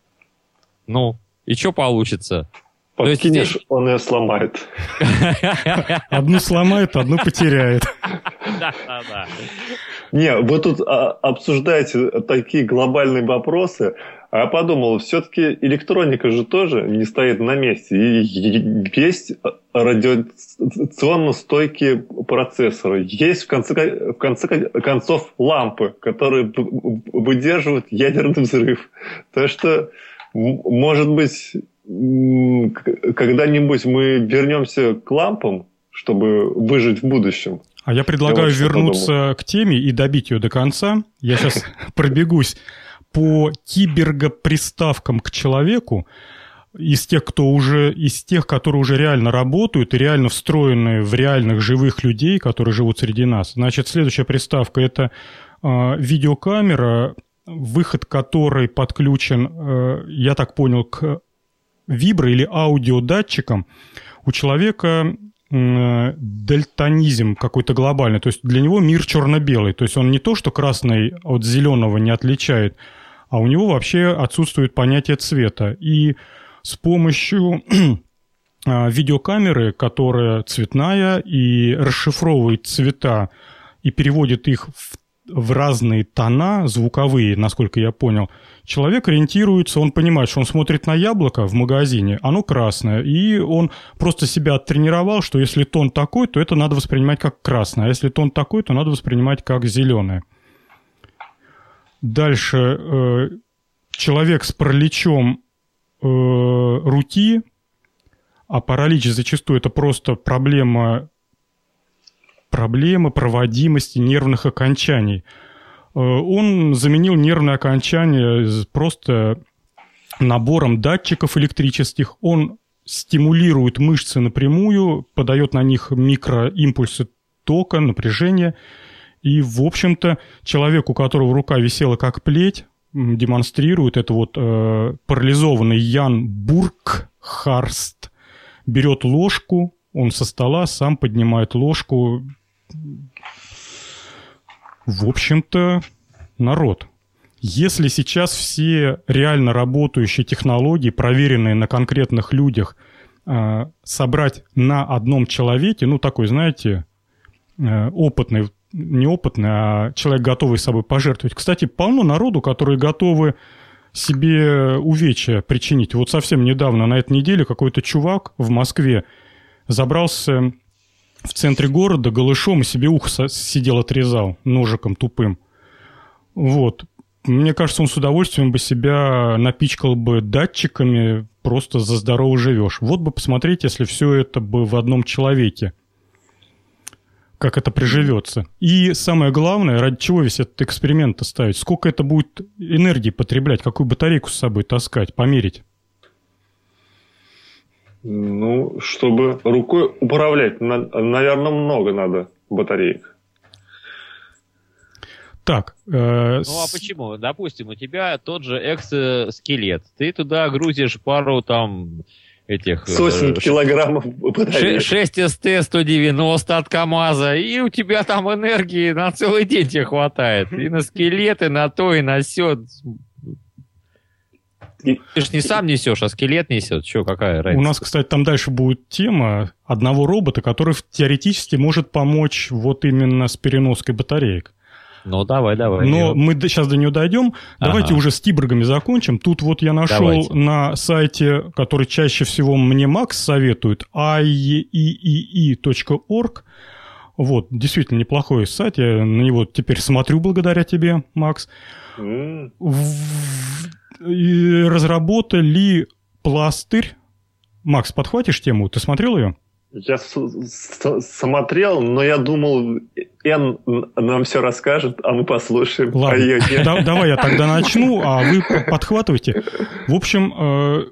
Ну, и что получится? Подкинешь, здесь... он ее сломает. Одну сломает, одну потеряет. Да-да-да. Не, вы тут обсуждаете такие глобальные вопросы, а я подумал, все-таки электроника же тоже не стоит на месте. И есть радиационно стойкие процессоры, есть в конце, в конце концов лампы, которые выдерживают ядерный взрыв. Так что, может быть, когда-нибудь мы вернемся к лампам, чтобы выжить в будущем. А я предлагаю я вернуться подумал. к теме и добить ее до конца. Я сейчас пробегусь по кибергоприставкам к человеку из тех, кто уже, из тех, которые уже реально работают и реально встроены в реальных живых людей, которые живут среди нас. Значит, следующая приставка – это э, видеокамера, выход которой подключен, э, я так понял, к вибро- или аудиодатчикам. У человека э, дальтонизм какой-то глобальный, то есть для него мир черно-белый, то есть он не то, что красный от зеленого не отличает, а у него вообще отсутствует понятие цвета. И с помощью видеокамеры, которая цветная и расшифровывает цвета и переводит их в, в разные тона звуковые, насколько я понял, человек ориентируется, он понимает, что он смотрит на яблоко в магазине, оно красное, и он просто себя оттренировал, что если тон такой, то это надо воспринимать как красное, а если тон такой, то надо воспринимать как зеленое. Дальше э, человек с параличом э, руки, а паралич зачастую это просто проблема, проблема проводимости нервных окончаний. Э, он заменил нервные окончания просто набором датчиков электрических. Он стимулирует мышцы напрямую, подает на них микроимпульсы тока, напряжения. И, в общем-то, человек, у которого рука висела как плеть, демонстрирует это вот э, парализованный Ян Буркхарст, берет ложку, он со стола сам поднимает ложку. В общем-то, народ. Если сейчас все реально работающие технологии, проверенные на конкретных людях, э, собрать на одном человеке, ну, такой, знаете, э, опытный, неопытный, а человек, готовый собой пожертвовать. Кстати, полно народу, которые готовы себе увечья причинить. Вот совсем недавно, на этой неделе, какой-то чувак в Москве забрался в центре города голышом и себе ухо сидел, отрезал ножиком тупым. Вот. Мне кажется, он с удовольствием бы себя напичкал бы датчиками, просто за здорово живешь. Вот бы посмотреть, если все это бы в одном человеке, как это приживется. И самое главное, ради чего весь этот эксперимент ставить, сколько это будет энергии потреблять, какую батарейку с собой таскать, померить. Ну, чтобы рукой управлять, наверное, много надо батареек. Так. Э, ну, а почему? Допустим, у тебя тот же экзоскелет. Ты туда грузишь пару там этих... Сотен килограммов батареек. шесть эс тэ сто девяносто от КамАЗа, и у тебя там энергии на целый день тебе хватает. И на скелет, и на то, и на сё. Ты же не сам несешь, а скелет несет. Че, какая разница? У нас, кстати, там дальше будет тема одного робота, который теоретически может помочь вот именно с переноской батареек. Ну, давай, давай. Но я... мы сейчас до нее дойдем. Ага. Давайте уже с киборгами закончим. Тут вот я нашел Давайте. на сайте, который чаще всего мне Макс советует, ай и и и точка орг. Вот, действительно неплохой сайт. Я на него теперь смотрю благодаря тебе, Макс. Mm. И разработали пластырь. Макс, подхватишь тему? Ты смотрел ее? Я с- с- смотрел, но я думал, Эн нам все расскажет, а мы послушаем. Ладно, а ее нет. Да, давай я тогда начну, а вы подхватывайте. В общем, э,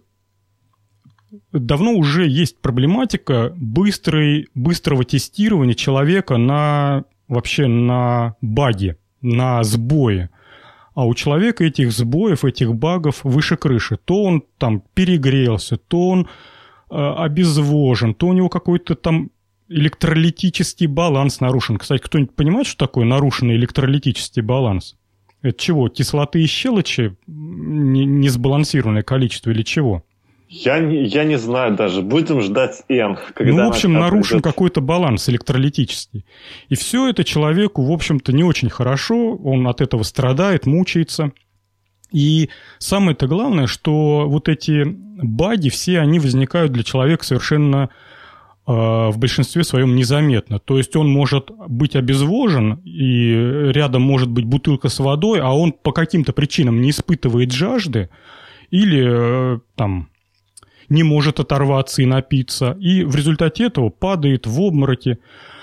давно уже есть проблематика быстрой, быстрого тестирования человека на вообще на баги, на сбои. А у человека этих сбоев, этих багов выше крыши. То он там перегрелся, то он обезвожен, то у него какой-то там электролитический баланс нарушен. Кстати, кто-нибудь понимает, что такое нарушенный электролитический баланс? Это чего, кислоты и щелочи, несбалансированное количество или чего? Я не, я не знаю даже. Будем ждать Н. Ну, в общем, нарушен придет. Какой-то баланс электролитический. И все это человеку, в общем-то, не очень хорошо. Он от этого страдает, мучается. И самое-то главное, что вот эти баги, все они возникают для человека совершенно э, в большинстве своем незаметно. То есть он может быть обезвожен, и рядом может быть бутылка с водой, а он по каким-то причинам не испытывает жажды или э, там не может оторваться и напиться, и в результате этого падает в обмороки.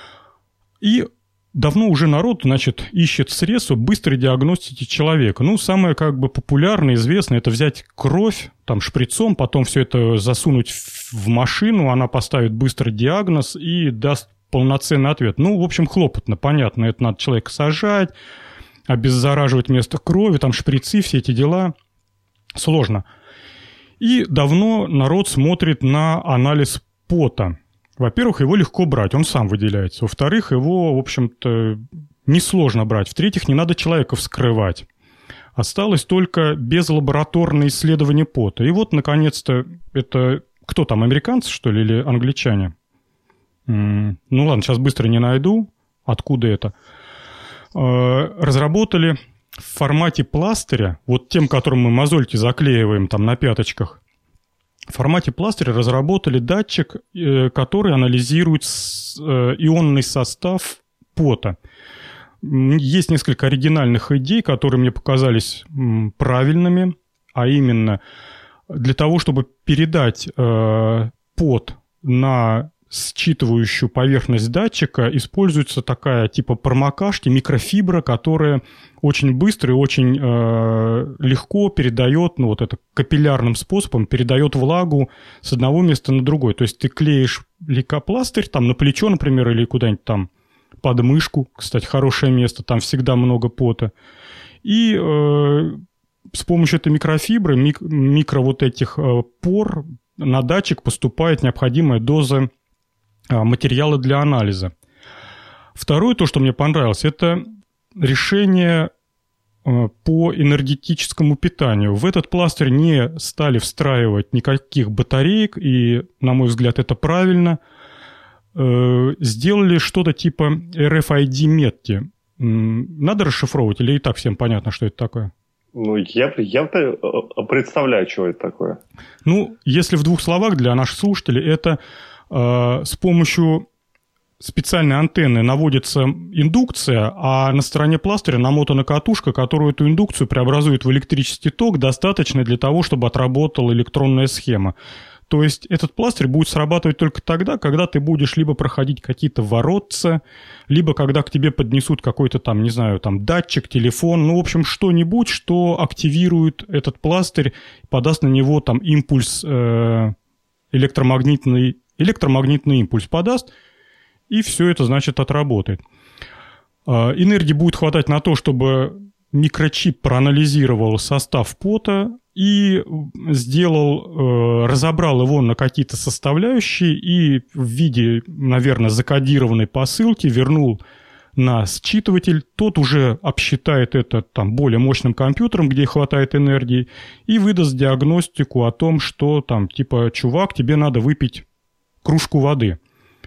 И давно уже народ, значит, ищет средства быстрой диагностики человека. Ну, самое как бы популярное, известное, это взять кровь там шприцом, потом все это засунуть в машину, она поставит быстрый диагноз и даст полноценный ответ. Ну, в общем, хлопотно, понятно, это надо человека сажать, обеззараживать место крови, там шприцы, все эти дела. Сложно. И давно народ смотрит на анализ пота. Во-первых, его легко брать, он сам выделяется. Во-вторых, его, в общем-то, несложно брать. В-третьих, не надо человека вскрывать. Осталось только безлабораторное исследование пота. И вот, наконец-то, это кто там, американцы, что ли, или англичане? М-м, ну ладно, сейчас быстро не найду, откуда это. Э-э- разработали в формате пластыря, вот тем, которым мы мозольки заклеиваем там на пяточках, в формате пластыря разработали датчик, который анализирует ионный состав пота. Есть несколько оригинальных идей, которые мне показались правильными, а именно для того, чтобы передать пот на считывающую поверхность датчика, используется такая типа промокашки, микрофибра, которая очень быстро и очень э, легко передает, ну вот это капиллярным способом, передает влагу с одного места на другое. То есть ты клеишь лейкопластырь там на плечо, например, или куда-нибудь там под мышку, кстати, хорошее место, там всегда много пота. И э, с помощью этой микрофибры, мик, микро вот этих э, пор на датчик поступает необходимая доза материалы для анализа. Второе, то, что мне понравилось, это решение по энергетическому питанию. В этот пластырь не стали встраивать никаких батареек, и, на мой взгляд, это правильно. Сделали что-то типа эр эф ай ди-метки. Надо расшифровывать, или и так всем понятно, что это такое? Ну, я, я представляю, что это такое. Ну, если в двух словах для наших слушателей, это с помощью специальной антенны наводится индукция, а на стороне пластыря намотана катушка, которую эту индукцию преобразует в электрический ток, достаточный для того, чтобы отработала электронная схема. То есть этот пластырь будет срабатывать только тогда, когда ты будешь либо проходить какие-то воротца, либо когда к тебе поднесут какой-то там, не знаю, там датчик, телефон, ну, в общем, что-нибудь, что активирует этот пластырь, подаст на него там импульс э, электромагнитный, электромагнитный импульс подаст, и все это, значит, отработает. Энергии будет хватать на то, чтобы микрочип проанализировал состав пота и сделал, разобрал его на какие-то составляющие и в виде, наверное, закодированной посылки вернул на считыватель. Тот уже обсчитает это там более мощным компьютером, где хватает энергии, и выдаст диагностику о том, что там, типа, чувак, тебе надо выпить кружку воды.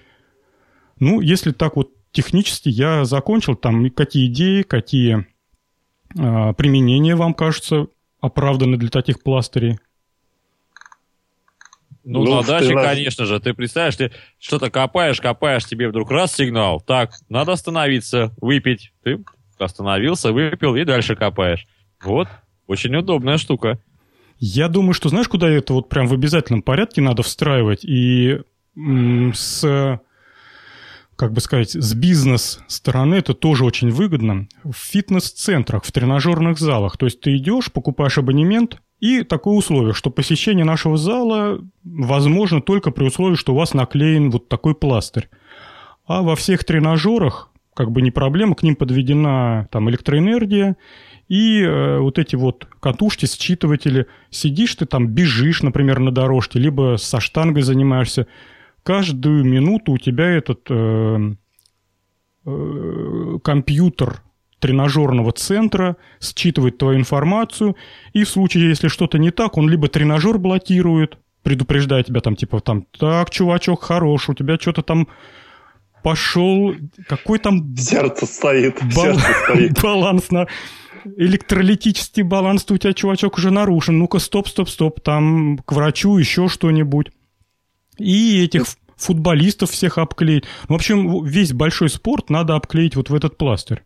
Ну, если так вот технически я закончил, там какие идеи, какие э, применения вам кажутся оправданы для таких пластырей? Ну, ну на даче, раз... конечно же. Ты представляешь, ты что-то копаешь, копаешь, тебе вдруг раз сигнал. Так, надо остановиться, выпить. Ты остановился, выпил и дальше копаешь. Вот, очень удобная штука. Я думаю, что знаешь, куда это вот прям в обязательном порядке надо встраивать? И м- с, как бы сказать, с бизнес-стороны это тоже очень выгодно. В фитнес-центрах, в тренажерных залах. То есть ты идешь, покупаешь абонемент, и такое условие, что посещение нашего зала возможно только при условии, что у вас наклеен вот такой пластырь. А во всех тренажерах как бы не проблема, к ним подведена там электроэнергия, и э, вот эти вот катушки, считыватели, сидишь ты там, бежишь, например, на дорожке, либо со штангой занимаешься, каждую минуту у тебя этот э, э, компьютер тренажерного центра считывает твою информацию, и в случае, если что-то не так, он либо тренажер блокирует, предупреждая тебя там, типа, там, так, чувачок, хорош, у тебя что-то там пошел, какой там... Сердце стоит, бал... сердце стоит. Баланс на... Электролитический баланс у тебя, чувачок, уже нарушен. Ну-ка, стоп, стоп, стоп, там к врачу еще что-нибудь. И этих футболистов всех обклеить. В общем, весь большой спорт надо обклеить вот в этот пластырь.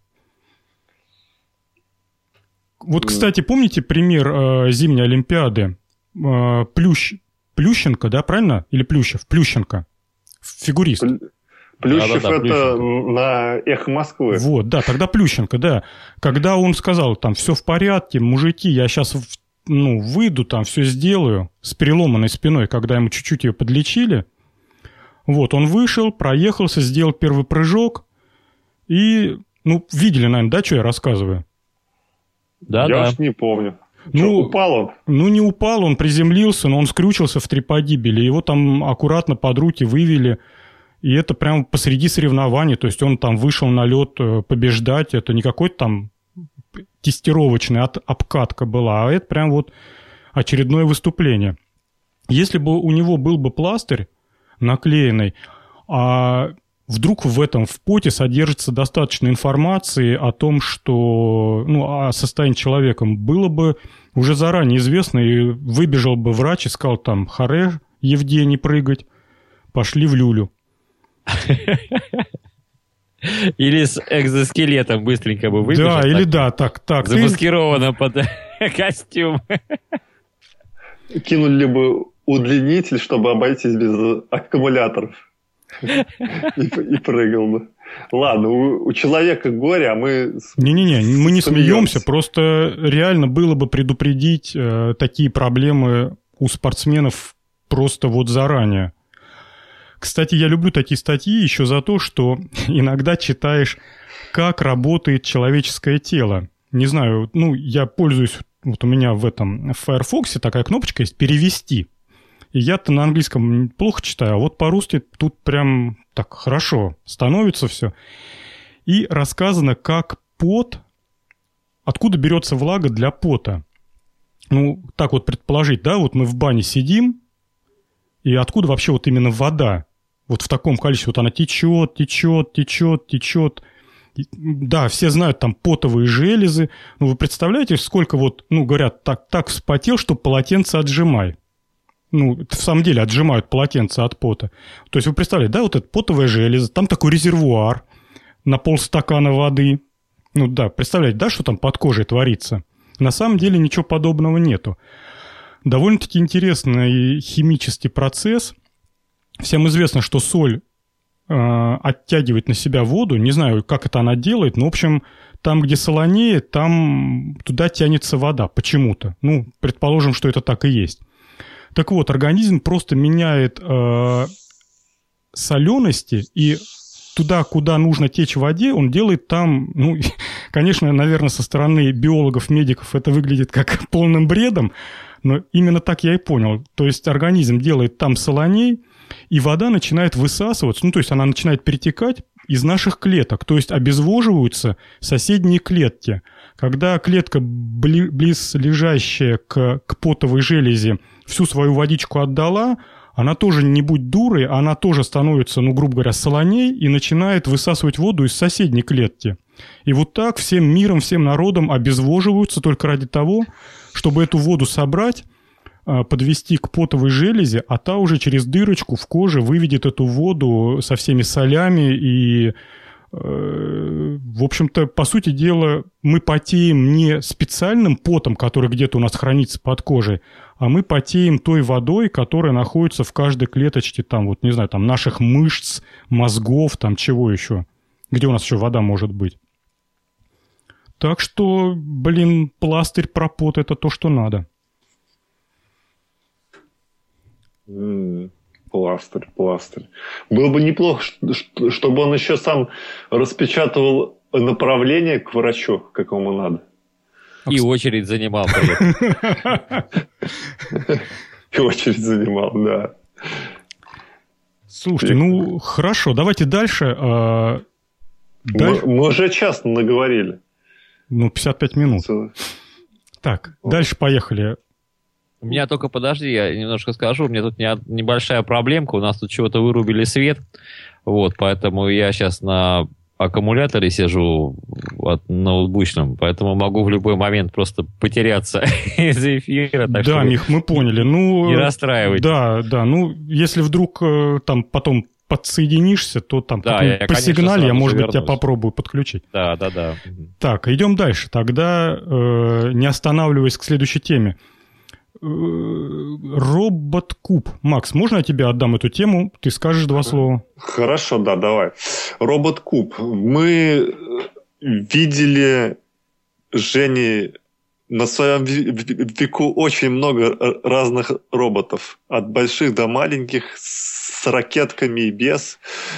Вот, кстати, помните пример э, зимней Олимпиады? Э, Плющ... Плющенко, да, правильно? Или Плющев? Плющенко. Фигурист. Плющев да, да, да, это Плющенко. На «Эхо Москвы». Вот, да, тогда Плющенко, да. Когда он сказал, там, все в порядке, мужики, я сейчас ну, выйду, там, все сделаю, с переломанной спиной, когда ему чуть-чуть ее подлечили. Вот, он вышел, проехался, сделал первый прыжок, и, ну, видели, наверное, да, что я рассказываю? Да, я да. уж не помню. Ну, что, упал он? Ну, не упал, он приземлился, но он скрючился в три погибели. Его там аккуратно под руки вывели. И это прямо посреди соревнований. То есть он там вышел на лед побеждать. Это не какой-то там тестировочный от, обкатка была, а это прям вот очередное выступление. Если бы у него был бы пластырь наклеенный, а вдруг в этом, в поте содержится достаточно информации о том, что, ну, о состоянии человека, было бы уже заранее известно, и выбежал бы врач и сказал там: харе, Евгений, прыгать, пошли в люлю. Или с экзоскелетом быстренько бы выбежал. Да, или да, так, так. Замаскировано под костюм. Кинули бы удлинитель, чтобы обойтись без аккумуляторов. И, и прыгал бы. Ладно, у, у человека горе, а мы... Не-не-не, мы не смеемся, просто реально было бы предупредить э, такие проблемы у спортсменов просто вот заранее. Кстати, я люблю такие статьи еще за то, что иногда читаешь, как работает человеческое тело. Не знаю, ну, я пользуюсь, вот у меня в этом, в Firefox такая кнопочка есть «Перевести». И я-то на английском плохо читаю, а вот по-русски тут прям так хорошо становится все. И рассказано, как пот, откуда берется влага для пота. Ну, так вот предположить, да, вот мы в бане сидим, и откуда вообще вот именно вода? Вот в таком количестве, вот она течет, течет, течет, течет. Да, все знают там потовые железы. Ну, вы представляете, сколько вот, ну, говорят, так, так вспотел, что полотенце отжимай. Ну, в самом деле отжимают полотенце от пота. То есть вы представляете, да, вот это потовая железа, там такой резервуар на полстакана воды. Ну да, представляете, да, что там под кожей творится? На самом деле ничего подобного нету. Довольно-таки интересный химический процесс. Всем известно, что соль э, оттягивает на себя воду. Не знаю, как это она делает, но, в общем, там, где солонее, там туда тянется вода почему-то. Ну, предположим, что это так и есть. Так вот, организм просто меняет э, солености, и туда, куда нужно течь в воде, он делает там, ну, конечно, наверное, со стороны биологов, медиков это выглядит как полным бредом, но именно так я и понял. То есть организм делает там солоней, и вода начинает высасываться, ну, то есть она начинает перетекать из наших клеток, то есть обезвоживаются соседние клетки. Когда клетка, бли, близлежащая к, к потовой железе, всю свою водичку отдала, она тоже не будь дурой, она тоже становится, ну, грубо говоря, солоней и начинает высасывать воду из соседней клетки. И вот так всем миром, всем народом обезвоживаются только ради того, чтобы эту воду собрать, подвести к потовой железе, а та уже через дырочку в коже выведет эту воду со всеми солями. И, в общем-то, по сути дела, мы потеем не специальным потом, который где-то у нас хранится под кожей, а мы потеем той водой, которая находится в каждой клеточке, там, вот, не знаю, там, наших мышц, мозгов, там, чего еще. Где у нас еще вода может быть. Так что, блин, пластырь про пот – это то, что надо. Mm, пластырь, пластырь. Было бы неплохо, чтобы он еще сам распечатывал направление к врачу, какому надо. И очередь занимал. И очередь занимал, да. Слушайте, ну, хорошо, давайте дальше. Мы уже час наговорили. Ну, пятьдесят пять минут. Так, дальше поехали. У меня только, подожди, я немножко скажу, у меня тут небольшая проблемка, у нас тут чего-то вырубили свет, вот, поэтому я сейчас на аккумуляторе сижу от ноутбучном, поэтому могу в любой момент просто потеряться из эфира. Так да, Мих, мы поняли. Ну, не расстраивайтесь. Да, да, ну, если вдруг там потом подсоединишься, то там да, потом я, по сигнале я, может вернусь. быть, тебя попробую подключить. Да, да, да. Так, идем дальше. Тогда, э, не останавливаясь к следующей теме. Робот-куб. Макс, можно я тебе отдам эту тему? Ты скажешь два слова. Хорошо, да, давай. Робот-куб. Мы видели, Жени, на своем веку очень много разных роботов. От больших до маленьких, с ракетками и без.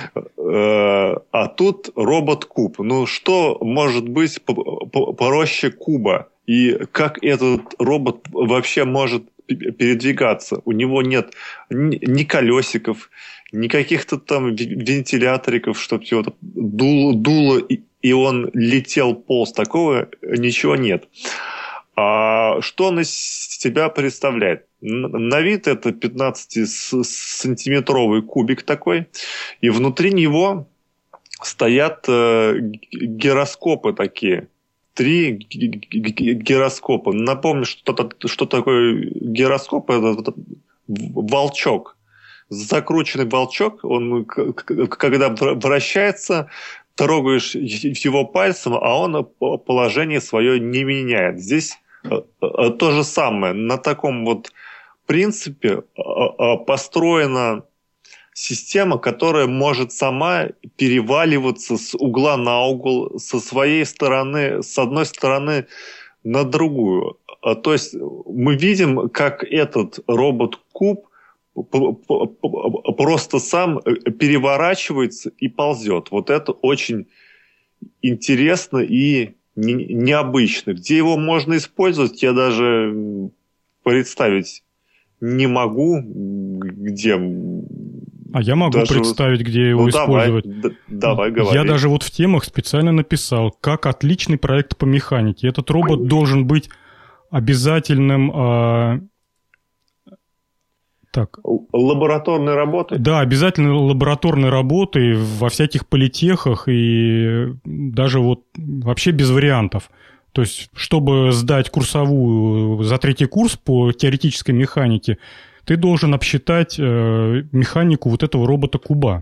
А тут робот-куб. Ну, что может быть проще куба? И как этот робот вообще может передвигаться? У него нет ни колесиков, ни каких-то там вентиляториков, чтобы его дуло, дуло и он летел, полз. Такого ничего нет. А что он из себя представляет? На вид это пятнадцатисантиметровый кубик такой, и внутри него стоят гироскопы такие. Три гироскопа. Напомню, что, что такое гироскоп. Это волчок. Закрученный волчок. Он, когда вращается, трогаешь его пальцем, а он положение свое не меняет. Здесь то же самое. На таком вот принципе построена система, которая может сама переваливаться с угла на угол, со своей стороны, с одной стороны на другую. То есть мы видим, как этот робот-куб просто сам переворачивается и ползет. Вот это очень интересно и необычно. Где его можно использовать, я даже представить не могу, где... А я могу даже представить, где его ну, использовать. Давай, давай, говори. Я даже вот в темах специально написал, как отличный проект по механике. Этот робот должен быть обязательным... Э, так. Лабораторной работой? Да, обязательно лабораторной работой во всяких политехах и даже вот вообще без вариантов. То есть, чтобы сдать курсовую за третий курс по теоретической механике, ты должен обсчитать э, механику вот этого робота-куба.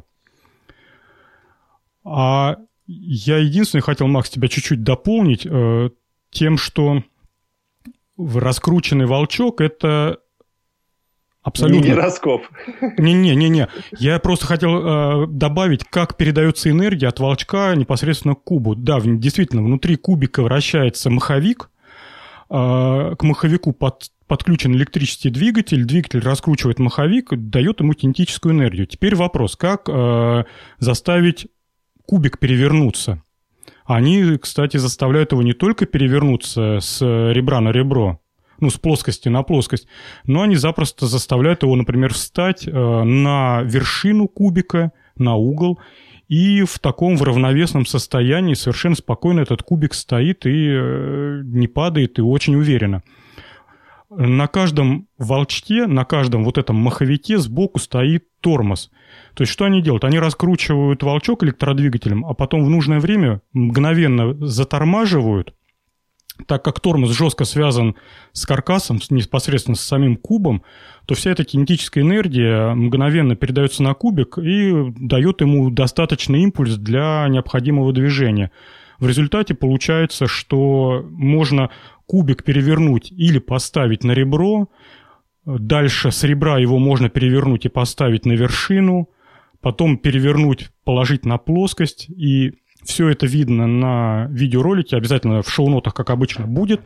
А я единственное хотел, Макс, тебя чуть-чуть дополнить э, тем, что раскрученный волчок – это абсолютно... Не гироскоп. Не-не-не-не. Я просто хотел э, добавить, как передается энергия от волчка непосредственно к кубу. Да, действительно, внутри кубика вращается маховик. Э, к маховику под подключен электрический двигатель, двигатель раскручивает маховик, дает ему кинетическую энергию. Теперь вопрос, как э, заставить кубик перевернуться? Они, кстати, заставляют его не только перевернуться с ребра на ребро, ну, с плоскости на плоскость, но они запросто заставляют его, например, встать э, на вершину кубика, на угол, и в таком в равновесном состоянии совершенно спокойно этот кубик стоит и э, не падает, и очень уверенно. На каждом волчке, на каждом вот этом маховике сбоку стоит тормоз. То есть что они делают? Они раскручивают волчок электродвигателем, а потом в нужное время мгновенно затормаживают так как тормоз жестко связан с каркасом, непосредственно с самим кубом, то вся эта кинетическая энергия мгновенно передается на кубик и дает ему достаточный импульс для необходимого движения. В результате получается, что можно кубик перевернуть или поставить на ребро, дальше с ребра его можно перевернуть и поставить на вершину, потом перевернуть, положить на плоскость, и все это видно на видеоролике, обязательно в шоу-нотах, как обычно, будет.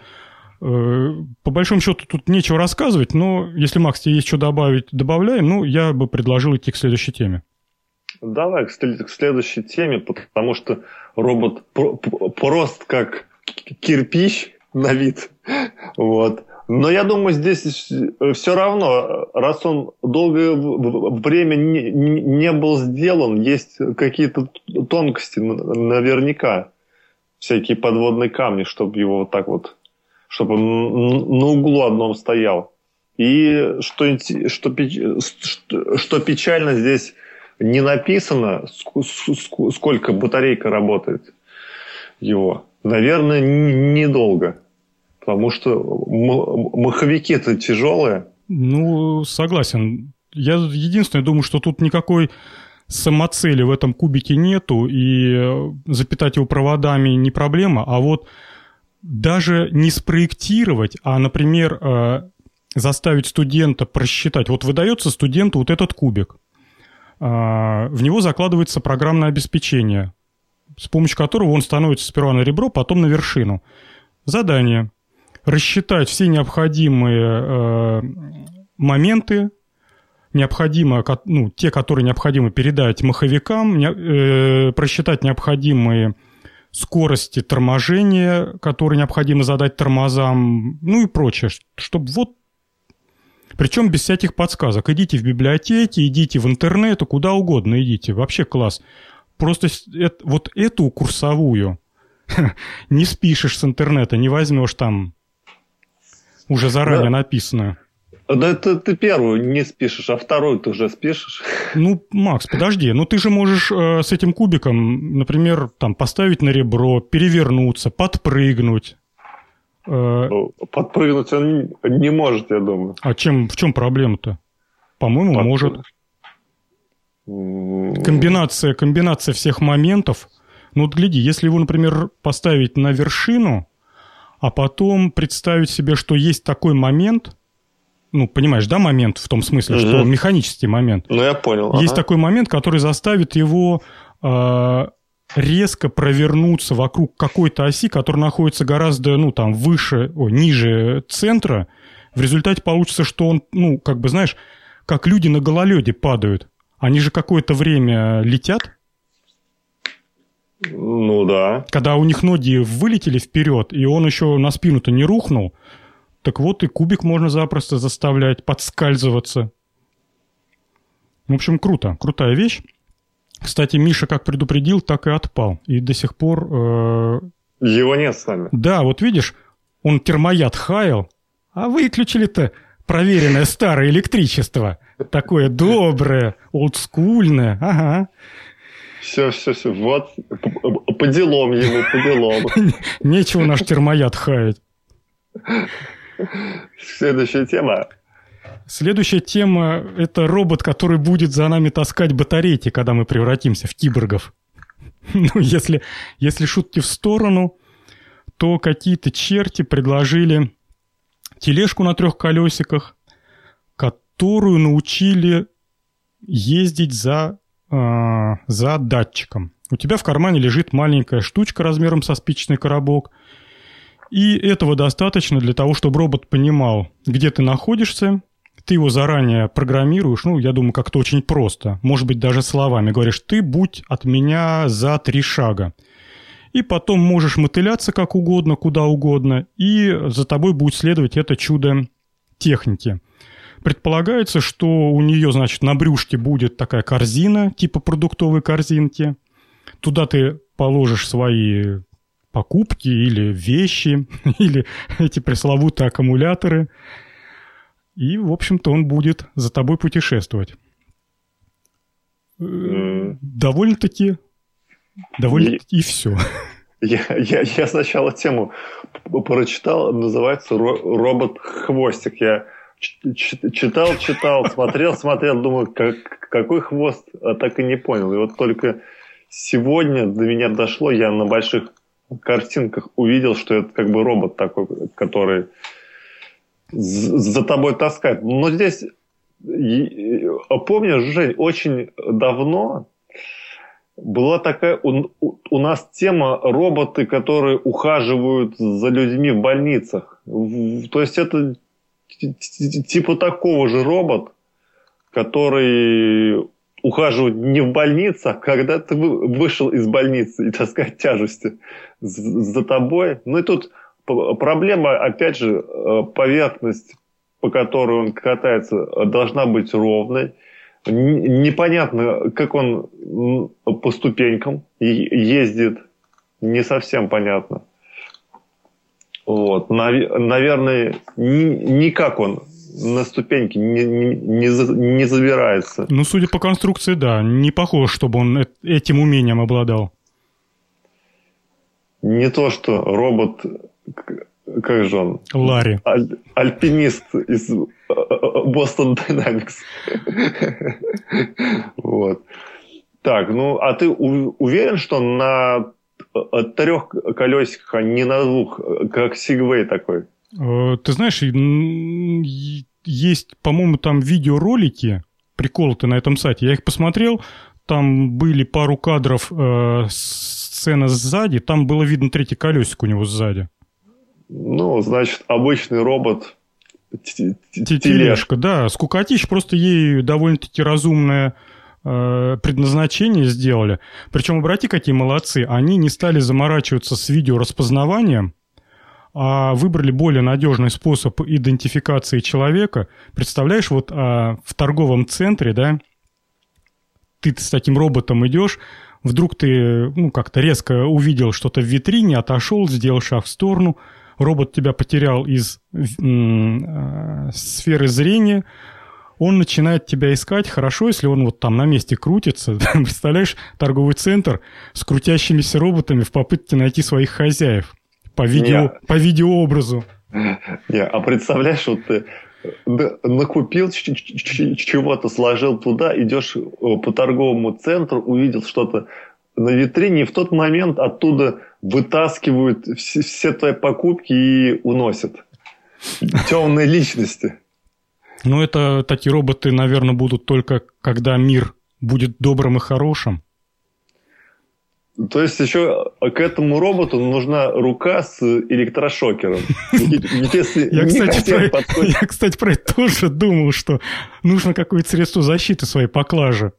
По большому счету тут нечего рассказывать, но если, Макс, тебе есть что добавить, добавляем. Ну, я бы предложил идти к следующей теме. Давай к следующей теме, потому что робот прост как кирпич на вид. Вот. Но я думаю, здесь все равно, раз он долгое время не, не был сделан, есть какие-то тонкости наверняка, всякие подводные камни, чтобы его вот так вот, чтобы он на углу одном стоял. И что, что, что печально, здесь не написано, сколько батарейка работает его. Наверное, недолго. Потому что маховики-то тяжелые. Ну, согласен. Я единственное думаю, что тут никакой самоцели в этом кубике нету, и запитать его проводами не проблема. А вот даже не спроектировать, а, например, заставить студента просчитать. Вот выдается студенту вот этот кубик. В него закладывается программное обеспечение, с помощью которого он становится сперва на ребро, потом на вершину. Задание. Рассчитать все необходимые э, моменты, необходимо, ну, те, которые необходимо передать маховикам, не, э, просчитать необходимые скорости торможения, которые необходимо задать тормозам, ну и прочее, чтобы вот, причем без всяких подсказок. Идите в библиотеки, идите в интернет, куда угодно идите, вообще класс. Просто это, вот эту курсовую не спишешь с интернета, не возьмешь там уже заранее да. написанную. Да это ты первую не спишешь, а вторую ты уже спишешь. Ну, Макс, подожди, ну ты же можешь э, с этим кубиком, например, там поставить на ребро, перевернуться, подпрыгнуть. Э, подпрыгнуть он не может, я думаю. А чем, в чем проблема-то? По-моему, Под... может. Комбинация, комбинация всех моментов. Ну вот гляди, если его, например, поставить на вершину, а потом представить себе, что есть такой момент, ну, понимаешь, да, момент в том смысле, угу. что механический момент. Ну, я понял. Есть ага. такой момент, который заставит его э, резко провернуться вокруг какой-то оси, которая находится гораздо, ну, там, выше, о, ниже центра. В результате получится, что он, ну, как бы, знаешь, как люди на гололеде падают. Они же какое-то время летят. Ну да. Когда у них ноги вылетели вперед, и он еще на спину-то не рухнул, так вот и кубик можно запросто заставлять подскальзываться. В общем, круто. Крутая вещь. Кстати, Миша как предупредил, так и отпал. И до сих пор... Э... Его нет с нами. Да, вот видишь, он термояд хаял, а выключили-то проверенное старое электричество. Такое доброе, олдскульное. Ага. Все, все, все. Вот по, по делам ему, по делам. Нечего наш термояд хаять. Следующая тема. Следующая тема – это робот, который будет за нами таскать батарейки, когда мы превратимся в киборгов. Ну, если, если шутки в сторону, то какие-то черти предложили тележку на трех колесиках, которую научили ездить за... за датчиком. У тебя в кармане лежит маленькая штучка размером со спичечный коробок, и этого достаточно для того, чтобы робот понимал, где ты находишься. Ты его заранее программируешь, ну, я думаю, как-то очень просто. Может быть, даже словами говоришь: ты будь от меня за три шага. И потом можешь мотыляться как угодно, куда угодно, и за тобой будет следовать это чудо техники. Предполагается, что у нее, значит, на брюшке будет такая корзина, типа продуктовой корзинки. Туда ты положишь свои покупки или вещи, или эти пресловутые аккумуляторы. И, в общем-то, он будет за тобой путешествовать. Mm. Довольно-таки... Довольно-таки и все. Я, я, я сначала тему прочитал, называется «Робот-хвостик». Я читал, читал, смотрел, смотрел, думаю, как, какой хвост, а так и не понял. И вот только сегодня до меня дошло, я на больших картинках увидел, что это как бы робот такой, который за тобой таскает. Но здесь, помнишь, Жень, очень давно была такая у, у нас тема роботы, которые ухаживают за людьми в больницах. То есть это типа такого же робот, который ухаживает не в больнице, а когда ты вышел из больницы и таскать тяжести за тобой. Ну и тут проблема, опять же, поверхность, по которой он катается, должна быть ровной. Непонятно, как он по ступенькам ездит, не совсем понятно. Вот. Наверное, никак он на ступеньке не, не, не забирается. Ну, судя по конструкции, да, не похоже, чтобы он этим умением обладал. Не то, что робот, как же он? Ларри. Аль, альпинист из Boston Dynamics. Вот. Так, ну, а ты уверен, что на трех колесиках, а не на двух, как Segway такой? Ты знаешь, есть, по-моему, там видеоролики приколоты на этом сайте. Я их посмотрел, там были пару кадров э, сцена сзади, там было видно третий колесик у него сзади. Ну, значит, обычный робот. Тележка, да. Скукотища, просто ей довольно-таки разумное э, предназначение сделали. Причем, обрати, какие молодцы. Они не стали заморачиваться с видеораспознаванием, а выбрали более надежный способ идентификации человека. Представляешь, вот а, в торговом центре, да, ты с таким роботом идешь, вдруг ты, ну, как-то резко увидел что-то в витрине, отошел, сделал шаг в сторону, робот тебя потерял из э, сферы зрения, он начинает тебя искать. Хорошо, если он вот там на месте крутится. Представляешь, торговый центр с крутящимися роботами в попытке найти своих хозяев по, видео, по видеообразу. Не, а представляешь, вот ты накупил чего-то, сложил туда, идешь по торговому центру, увидел что-то на витрине, и в тот момент оттуда вытаскивают все, все твои покупки и уносят. Темные личности. Ну, это такие роботы, наверное, будут только когда мир будет добрым и хорошим. То есть еще к этому роботу нужна рука с электрошокером. Я, кстати, про, я, кстати, про это тоже думал, что нужно какое-то средство защиты своей поклажи.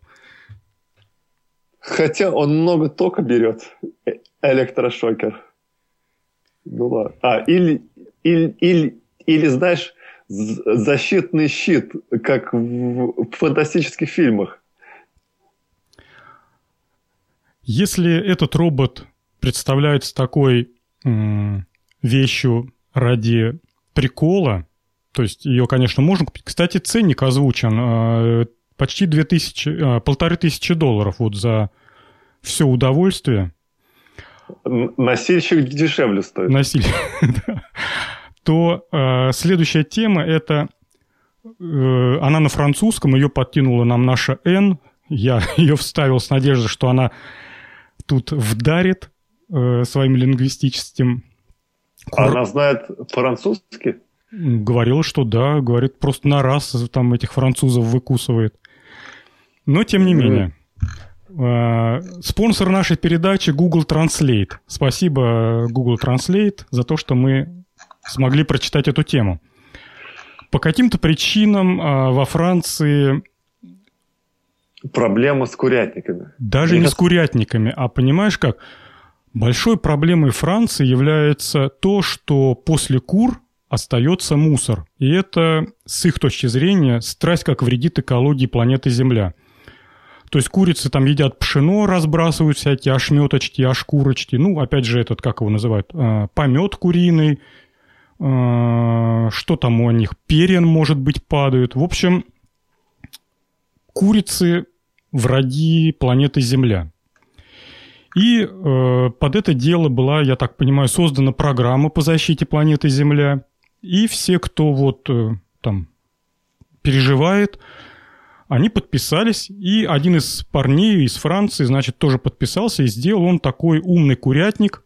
Хотя он много тока берет, электрошокер. Ну ладно. А, или, или, или, или, знаешь, защитный щит, как в фантастических фильмах. Если этот робот представляется такой м- вещью ради прикола, то есть ее, конечно, можно купить. Кстати, ценник озвучен э, почти две тысячи, э, полторы тысячи долларов вот за все удовольствие. Носильщик дешевле стоит. Носильщик, да. То э, следующая тема, это э, она на французском, ее подкинула нам наша Н. Я ее вставил с надеждой, что она тут вдарит э, своим лингвистическим... Она знает французский? Говорила, что да. Говорит, просто на раз там этих французов выкусывает. Но, тем не mm. менее. Э, спонсор нашей передачи Google Translate. Спасибо Google Translate за то, что мы смогли прочитать эту тему. По каким-то причинам э, во Франции... Проблема с курятниками. Даже Мне не с курятниками, а понимаешь как? Большой проблемой Франции является то, что после кур остается мусор. И это, с их точки зрения, страсть как вредит экологии планеты Земля. То есть курицы там едят пшено, разбрасывают всякие ошметочки, ошкурочки. Ну, опять же, этот, как его называют, помет куриный. Что там у них? Перья, может быть, падают. В общем... Курицы – враги планеты Земля. И э, под это дело была, я так понимаю, создана программа по защите планеты Земля. И все, кто вот э, там переживает, они подписались. И один из парней из Франции, значит, тоже подписался. И сделал он такой умный курятник.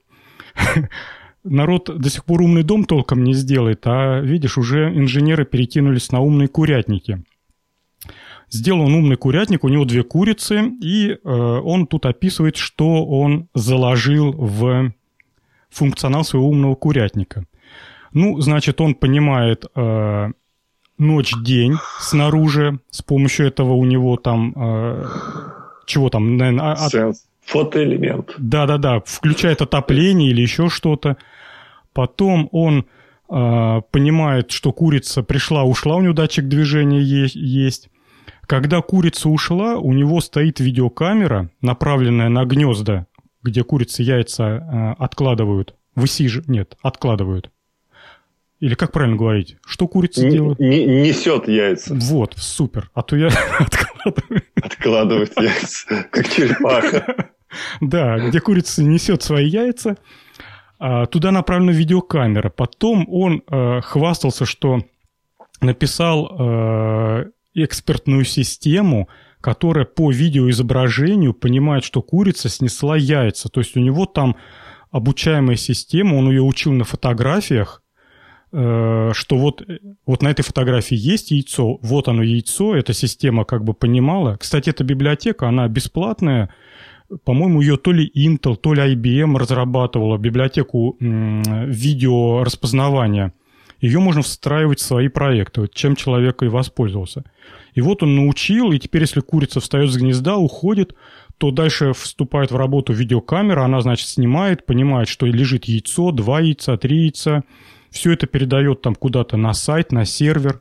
Народ до сих пор умный дом толком не сделает, а, видишь, уже инженеры перекинулись на умные курятники. Сделал он умный курятник, у него две курицы, и э, он тут описывает, что он заложил в функционал своего умного курятника. Ну, значит, он понимает э, ночь-день снаружи, с помощью этого у него там, э, чего там, наверное... От... Фотоэлемент. Да-да-да, включает отопление или еще что-то. Потом он э, понимает, что курица пришла-ушла, у него датчик движения есть, есть. Когда курица ушла, у него стоит видеокамера, направленная на гнезда, где курицы яйца э, откладывают. Высиживают. Нет, откладывают. Или как правильно говорить? Что курица Н- делает? Н- несет яйца. Вот, супер. А то я откладываю. Откладывает яйца, как черепаха. Да, где курица несет свои яйца. Туда направлена видеокамера. Потом он э, хвастался, что написал э, экспертную систему, которая по видеоизображению понимает, что курица снесла яйца. То есть у него там обучаемая система, он ее учил на фотографиях, э, что вот, вот на этой фотографии есть яйцо, вот оно яйцо, эта система как бы понимала. Кстати, эта библиотека, она бесплатная. По-моему, ее то ли Intel, то ли ай би эм разрабатывала, библиотеку м- видеораспознавания. Ее можно встраивать в свои проекты, вот чем человек и воспользовался. И вот он научил, и теперь, если курица встает с гнезда, уходит, то дальше вступает в работу видеокамера, она, значит, снимает, понимает, что лежит яйцо, два яйца, три яйца. Все это передает там куда-то на сайт, на сервер.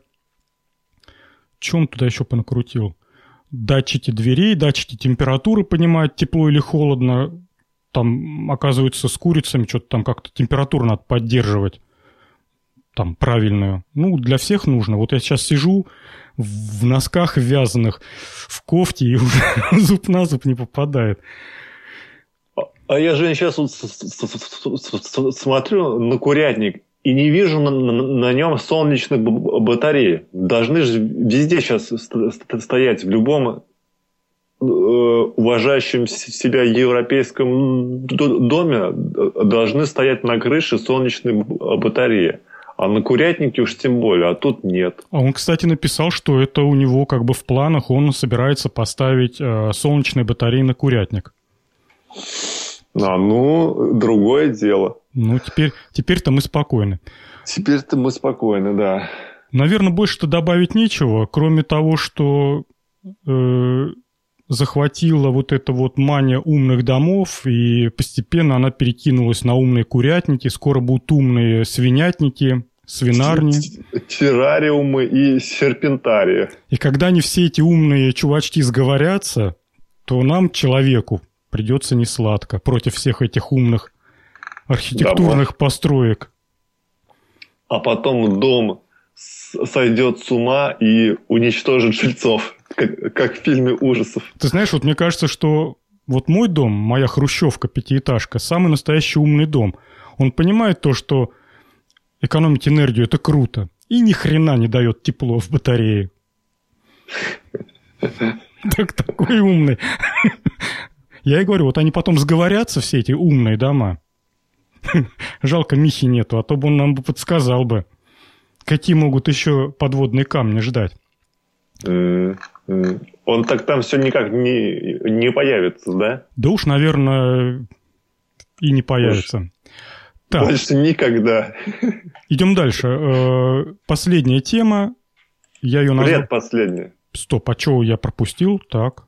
Что он туда еще понакрутил? Датчики дверей, датчики температуры понимают, тепло или холодно. Там, оказывается, с курицами что-то там как-то температуру надо поддерживать. Там правильную. Ну, для всех нужно. Вот я сейчас сижу в носках вязаных, в кофте, и уже зуб на зуб не попадает. А я же сейчас вот смотрю на курятник и не вижу на, на, на нем солнечных батарей. Должны же везде сейчас стоять, в любом э, уважающем себя европейском доме должны стоять на крыше солнечные батареи. А на курятнике уж тем более, а тут нет. А он, кстати, написал, что это у него как бы в планах, он собирается поставить э, солнечные батареи на курятник. А, ну, другое дело. Ну, теперь, теперь-то мы спокойны. Теперь-то мы спокойны, да. Наверное, больше-то добавить нечего, кроме того, что э, захватила вот эта вот мания умных домов, и постепенно она перекинулась на умные курятники, скоро будут умные свинятники, свинарни. Террариумы и серпентарии. И когда они все эти умные чувачки сговорятся, то нам, человеку, придется несладко против всех этих умных архитектурных Домов. построек. А потом дом сойдет с ума и уничтожит жильцов, как, как в фильме ужасов. Ты знаешь, вот мне кажется, что вот мой дом, моя хрущевка, пятиэтажка, самый настоящий умный дом. Он понимает то, что экономить энергию – это круто, и ни хрена не дает тепло в батарее. Так такой умный. Я и говорю, вот они потом сговорятся, все эти умные дома. Жалко, Михи нету, а то бы он нам бы подсказал бы, какие могут еще подводные камни ждать. Он так там все никак не, не появится, да? Да уж, наверное, и не появится. Так. Больше никогда. Идем дальше. Последняя тема. Я ее назвал... Предпоследняя. Стоп, а что я пропустил? Так.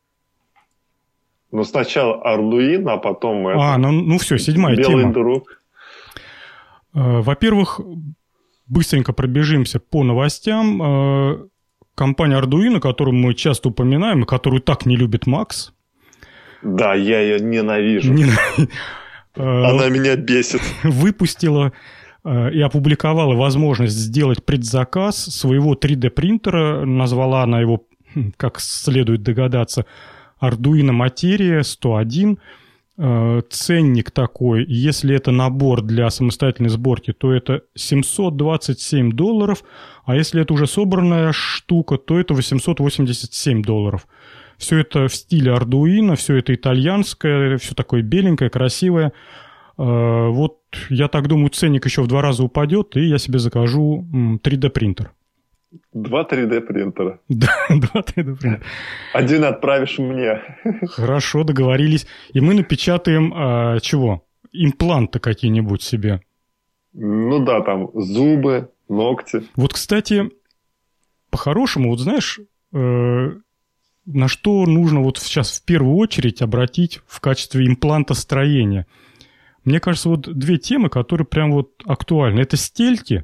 Ну, сначала Arduino, а потом... А, это, ну, ну все, седьмая белый тема. Друг. Во-первых, быстренько пробежимся по новостям. Компания Arduino, которую мы часто упоминаем, и которую так не любит Макс. Да, я ее ненавижу. Ненавижу. Она меня бесит. Выпустила и опубликовала возможность сделать предзаказ своего три дэ принтера. Назвала она его, как следует догадаться, Arduino Materia сто один. э, ценник такой, если это набор для самостоятельной сборки, то это семьсот двадцать семь долларов, а если это уже собранная штука, то это восемьсот восемьдесят семь долларов. Все это в стиле Arduino, все это итальянское, все такое беленькое, красивое. Э, вот я так думаю, ценник еще в два раза упадет, и я себе закажу три дэ принтер. Два три дэ принтера. Да, два три дэ принтера. Один отправишь мне. Хорошо, договорились. И мы напечатаем а, чего? Импланты какие-нибудь себе. Ну да, там зубы, ногти. Вот, кстати, по-хорошему, вот знаешь, э, на что нужно вот сейчас в первую очередь обратить в качестве имплантостроения? Мне кажется, вот две темы, которые прям вот актуальны. Это стельки.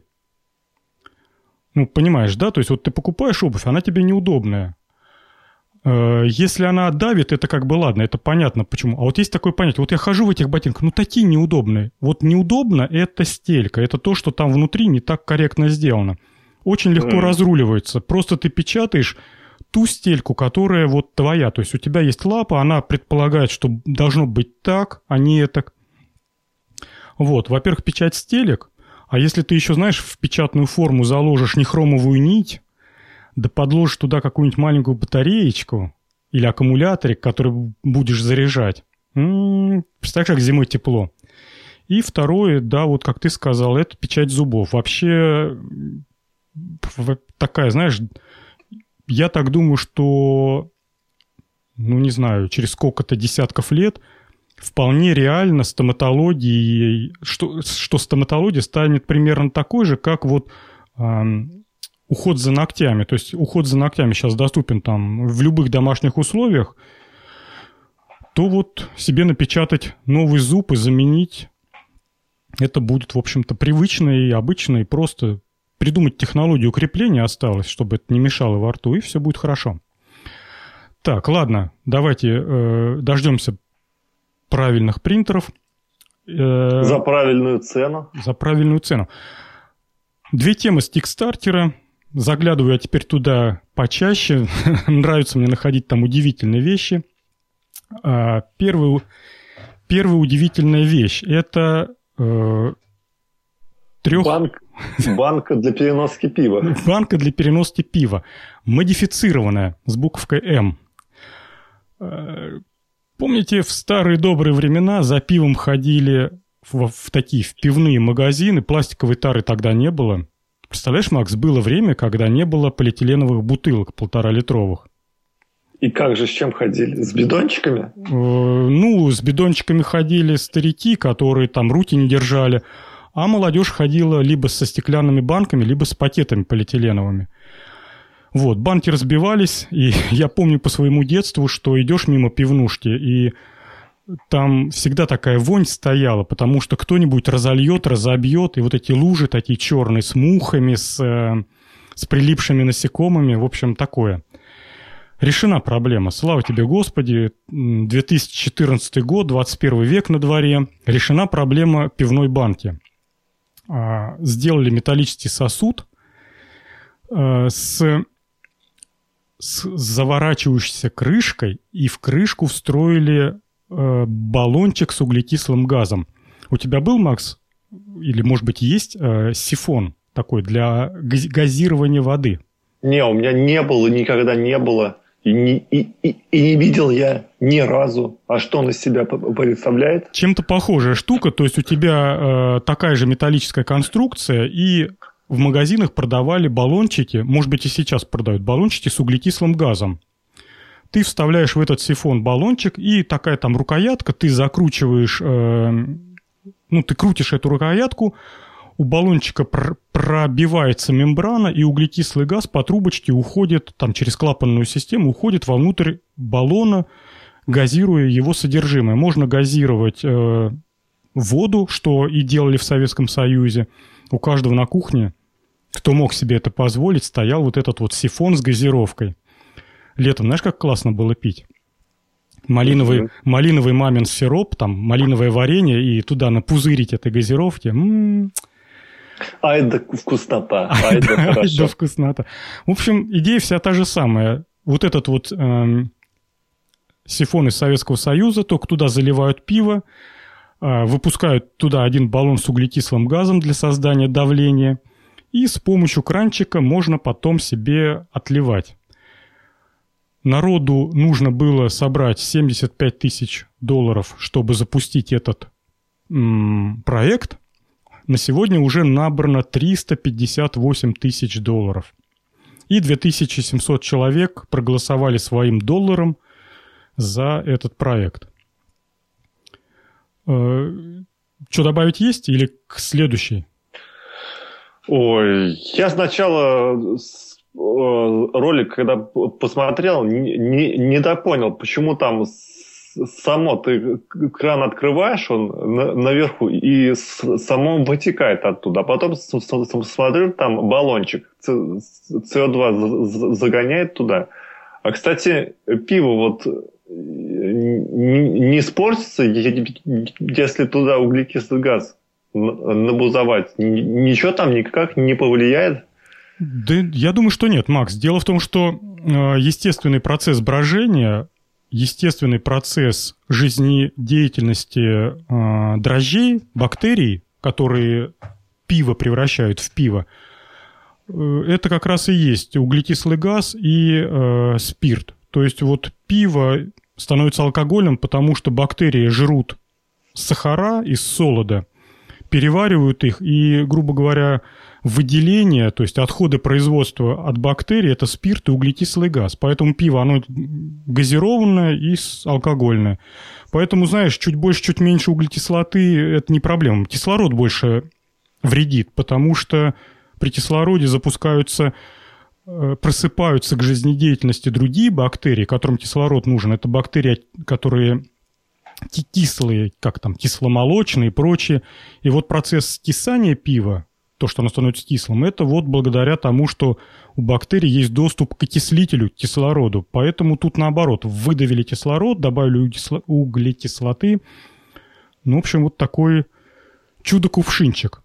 Ну, понимаешь, да? То есть вот ты покупаешь обувь, она тебе неудобная. Если она давит, это как бы ладно, это понятно почему. А вот есть такое понятие, вот я хожу в этих ботинках, ну такие неудобные. Вот неудобно – это стелька, это то, что там внутри не так корректно сделано. Очень легко mm. разруливается. Просто ты печатаешь ту стельку, которая вот твоя. То есть у тебя есть лапа, она предполагает, что должно быть так, а не так. Вот, во-первых, печать стелек. А если ты еще, знаешь, в печатную форму заложишь нехромовую нить, да подложишь туда какую-нибудь маленькую батареечку или аккумуляторик, который будешь заряжать. М-м, представляешь, как зимой тепло. И второе, да, вот как ты сказал, это печать зубов. Вообще такая, знаешь, я так думаю, что, ну не знаю, через сколько-то десятков лет вполне реально стоматологией, что, что стоматология станет примерно такой же, как вот эм, уход за ногтями. То есть уход за ногтями сейчас доступен там в любых домашних условиях, то вот себе напечатать новый зуб и заменить, это будет, в общем-то, привычно и обычно, и просто придумать технологию укрепления осталось, чтобы это не мешало во рту, и все будет хорошо. Так, ладно, давайте э, дождемся правильных принтеров. За правильную цену. За правильную цену. Две темы с Кикстартера. Заглядываю я теперь туда почаще. Нравится мне находить там удивительные вещи. Первый, первая удивительная вещь – это э, трех... Банк, банка для переноски пива. Банка для переноски пива. Модифицированная, с буковкой «М». Помните, в старые добрые времена за пивом ходили в, в такие в пивные магазины, пластиковой тары тогда не было. Представляешь, Макс, было время, когда не было полиэтиленовых бутылок полтора-литровых. И как же, с чем ходили? С бидончиками? Э, ну, с бидончиками ходили старики, которые там руки не держали, а молодежь ходила либо со стеклянными банками, либо с пакетами полиэтиленовыми. Вот, банки разбивались, и я помню по своему детству, что идешь мимо пивнушки, и там всегда такая вонь стояла, потому что кто-нибудь разольет, разобьет, и вот эти лужи такие черные с мухами, с, э, с прилипшими насекомыми, в общем, такое. Решена проблема. Слава тебе, Господи, две тысячи четырнадцатый год, двадцать первый век на дворе. Решена проблема пивной банки. А, сделали металлический сосуд а, с... с заворачивающейся крышкой, и в крышку встроили э, баллончик с углекислым газом. У тебя был, Макс, или, может быть, есть э, сифон такой для газирования воды? Не, у меня не было, никогда не было. И не, и, и, и не видел я ни разу. А что он из себя представляет? Чем-то похожая штука. То есть у тебя э, такая же металлическая конструкция, и в магазинах продавали баллончики, может быть, и сейчас продают баллончики с углекислым газом. Ты вставляешь в этот сифон баллончик, и такая там рукоятка, ты закручиваешь, э, ну, ты крутишь эту рукоятку, у баллончика пр- пробивается мембрана, и углекислый газ по трубочке уходит, там через клапанную систему, уходит вовнутрь баллона, газируя его содержимое. Можно газировать э, воду, что и делали в Советском Союзе. У каждого на кухне, кто мог себе это позволить, стоял вот этот вот сифон с газировкой. Летом, знаешь, как классно было пить? Малиновый, mm-hmm. малиновый мамин сироп, там, малиновое варенье, и туда напузырить этой газировки. М-м-м. Ай да вкуснота. Ай да хорошо. Ай да вкуснота. В общем, идея вся та же самая. Вот этот вот эм, сифон из Советского Союза, только туда заливают пиво, выпускают туда один баллон с углекислым газом для создания давления, и с помощью кранчика можно потом себе отливать. Народу нужно было собрать семьдесят пять тысяч долларов, чтобы запустить этот м, проект. На сегодня уже набрано триста пятьдесят восемь тысяч долларов. И две тысячи семьсот человек проголосовали своим долларом за этот проект. Э, что добавить есть или к следующей? Ой, я сначала ролик, когда посмотрел, не, не, не допонял, почему там само ты кран открываешь, он на, наверху, и само вытекает оттуда. А потом смотрю, там баллончик си о два загоняет туда. А, кстати, пиво вот не, не испортится, если туда углекислый газ набузовать? Ничего там никак не повлияет? Да, я думаю, что нет, Макс. Дело в том, что э, естественный процесс брожения, естественный процесс жизнедеятельности э, дрожжей, бактерий, которые пиво превращают в пиво, э, это как раз и есть углекислый газ и э, спирт. То есть вот пиво становится алкогольным, потому что бактерии жрут сахара из солода, переваривают их, и, грубо говоря, выделение, то есть отходы производства от бактерий, это спирт и углекислый газ. Поэтому пиво, оно газированное и алкогольное. Поэтому, знаешь, чуть больше, чуть меньше углекислоты – это не проблема. Кислород больше вредит, потому что при кислороде запускаются, просыпаются к жизнедеятельности другие бактерии, которым кислород нужен. Это бактерии, которые кислые, как там, кисломолочные и прочие. И вот процесс скисания пива, то, что оно становится кислым, это вот благодаря тому, что у бактерий есть доступ к окислителю, к кислороду. Поэтому тут наоборот, выдавили кислород, добавили углекислоты. Ну, в общем, вот такой чудо-кувшинчик.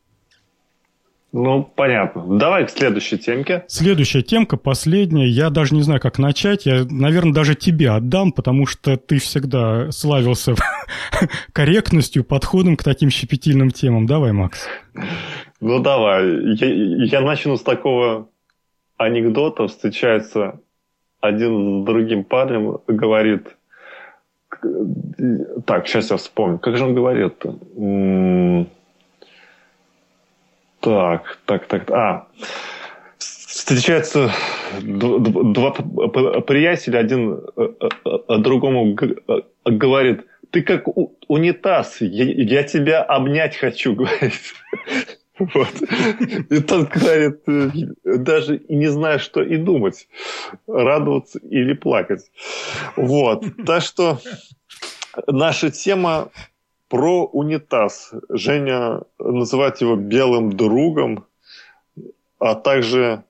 Ну, понятно. Давай к следующей темке. Следующая темка, последняя. Я даже не знаю, как начать. Я, наверное, даже тебе отдам, потому что ты всегда славился корректностью, подходом к таким щепетильным темам. Давай, Макс. Ну, давай. Я, я начну с такого анекдота. Встречается один с другим парнем, говорит... Так, сейчас я вспомню. Как же он говорит-то? Так, так, так. А, встречаются два приятеля, один другому говорит: ты как унитаз, я, я тебя обнять хочу, говорит. Вот. И тот говорит, даже и не знаю, что и думать, радоваться или плакать. Вот. Так что наша тема про унитаз. Женя называет его белым другом, а также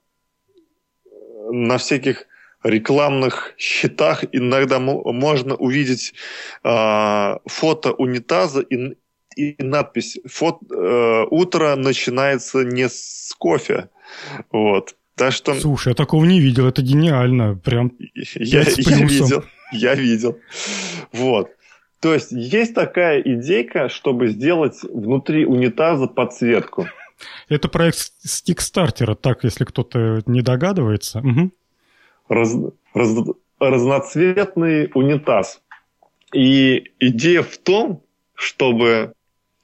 на всяких рекламных счетах иногда можно увидеть э, фото унитаза и, и надпись фото, э, «Утро начинается не с кофе». Вот. Так что... Слушай, я такого не видел, это гениально. Прям я, я видел, я видел. Вот. То есть есть такая идейка, чтобы сделать внутри унитаза подсветку. Это проект с Кикстартера, так, если кто-то не догадывается. Угу. Раз, раз, разноцветный унитаз. И идея в том, чтобы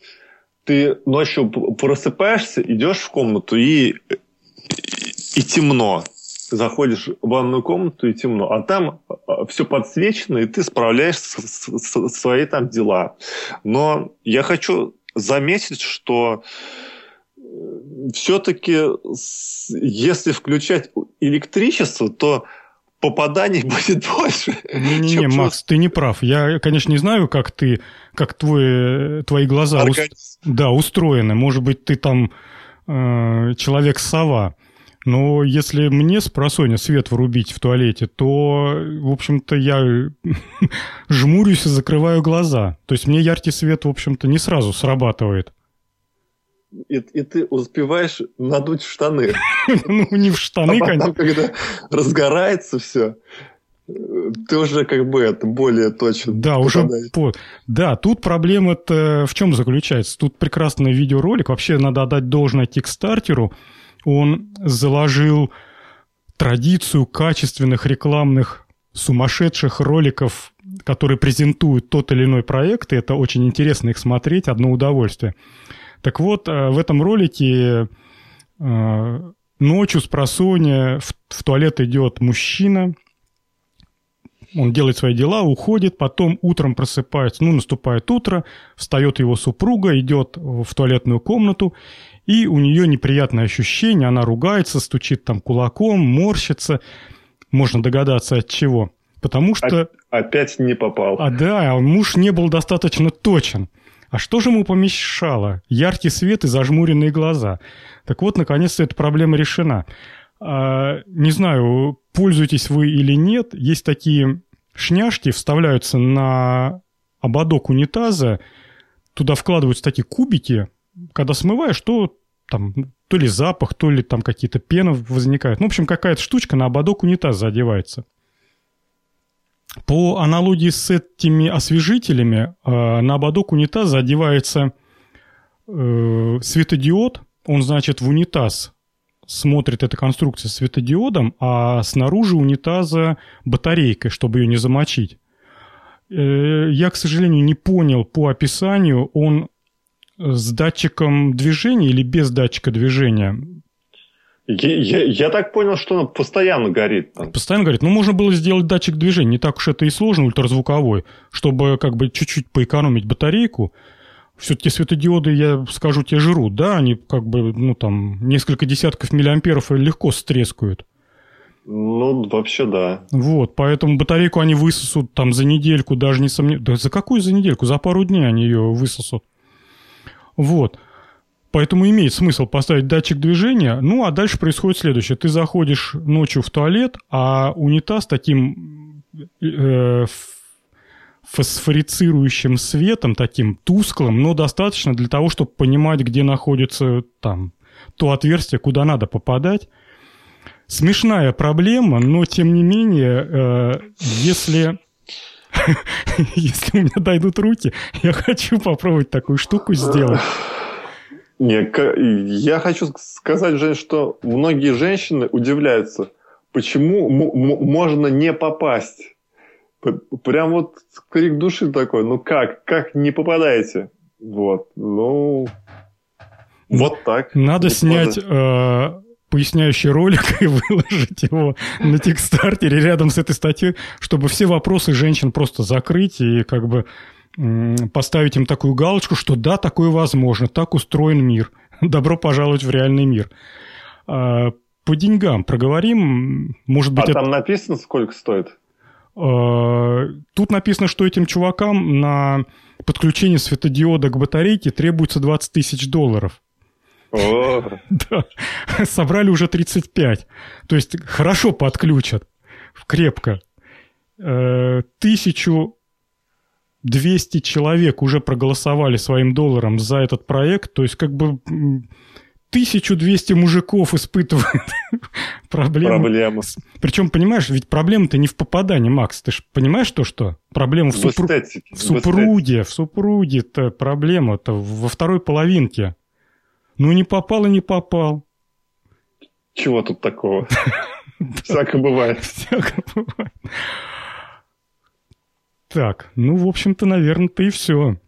ты ночью просыпаешься, идешь в комнату и, и темно. Заходишь в ванную комнату и темно, а там все подсвечено, и ты справляешься со свои там дела. Но я хочу заметить, что все-таки, если включать электричество, то попаданий будет больше. Не-не-не, Макс, ты не прав. Я, конечно, не знаю, как ты, как твой, твои глаза ус... да, устроены. Может быть, ты там э, человек-сова. Но если мне с просонья свет врубить в туалете, то, в общем-то, я жмурюсь и закрываю глаза. То есть мне яркий свет, в общем-то, не сразу срабатывает. И, и ты успеваешь надуть в штаны. Ну, не в штаны, конечно. А потом, когда разгорается все, Ты уже как бы это более точно. Да, уже по... Да, тут проблема-то в чем заключается? Тут прекрасный видеоролик. Вообще надо отдать должное Кикстартеру. Он заложил традицию качественных рекламных сумасшедших роликов, которые презентуют тот или иной проект. И это очень интересно их смотреть, одно удовольствие. Так вот, в этом ролике ночью спросонья в, в туалет идет мужчина. Он делает свои дела, уходит, потом утром просыпается, ну, наступает утро, встает его супруга, идет в туалетную комнату, и у нее неприятное ощущение, она ругается, стучит там кулаком, морщится, можно догадаться от чего. Потому что... Опять не попал. А да, муж не был достаточно точен. А что же ему помешало? Яркий свет и зажмуренные глаза. Так вот, наконец-то эта проблема решена. А, не знаю, пользуетесь вы или нет, есть такие шняшки, вставляются на ободок унитаза, туда вкладываются такие кубики, когда смываешь, то там то ли запах, то ли там какие-то пены возникают. Ну, в общем, какая-то штучка на ободок унитаза одевается. По аналогии с этими освежителями, э, на ободок унитаза одевается э, светодиод, он, значит, в унитаз смотрит эта конструкция светодиодом, а снаружи унитаза батарейкой, чтобы ее не замочить. Э, я, к сожалению, не понял по описанию, он с датчиком движения или без датчика движения? Я, я, я так понял, что он постоянно горит. Там. Постоянно горит. Ну, можно было сделать датчик движения. Не так уж это и сложно, ультразвуковой, чтобы как бы чуть-чуть поэкономить батарейку. Все-таки светодиоды, я скажу тебе, жрут, да? Они как бы, ну, там, несколько десятков миллиамперов легко стрескают. Ну, вообще да. Вот, поэтому батарейку они высосут там за недельку, даже не сомневаюсь. Да за какую за недельку? За пару дней они ее высосут. Вот. Поэтому имеет смысл поставить датчик движения. Ну, а дальше происходит следующее. Ты заходишь ночью в туалет, а унитаз таким э, фосфорицирующим светом, таким тусклым, но достаточно для того, чтобы понимать, где находится там то отверстие, куда надо попадать. Смешная проблема, но, тем не менее, э, если... если у меня дойдут руки, я хочу попробовать такую штуку сделать. Не, я хочу сказать, Жень, что многие женщины удивляются, почему можно не попасть. Прям вот крик души такой, ну как, как не попадаете? Вот, ну, вот так. Надо снять э, поясняющий ролик и выложить его на Кикстартере рядом с этой статьей, чтобы все вопросы женщин просто закрыть и как бы поставить им такую галочку, что да, такое возможно, так устроен мир. Добро пожаловать в реальный мир. По деньгам проговорим. Может быть, а это... там написано, сколько стоит? Тут написано, что этим чувакам на подключение светодиода к батарейке требуется двадцать тысяч долларов. Да. Собрали уже тридцать пять. То есть хорошо подключат. Крепко. Тысячу двести человек уже проголосовали своим долларом за этот проект. То есть как бы тысяча двести мужиков испытывают проблему. Проблему. Причем, понимаешь, ведь проблема-то не в попадании, Макс. Ты же понимаешь то, что? Проблема в, в, супру... эстетике, в супруге. В супруге-то проблема-то во второй половинке. Ну, не попал и не попал. Чего тут такого? Всяко бывает. Всяко бывает. Так, ну, в общем-то, наверное-то и все.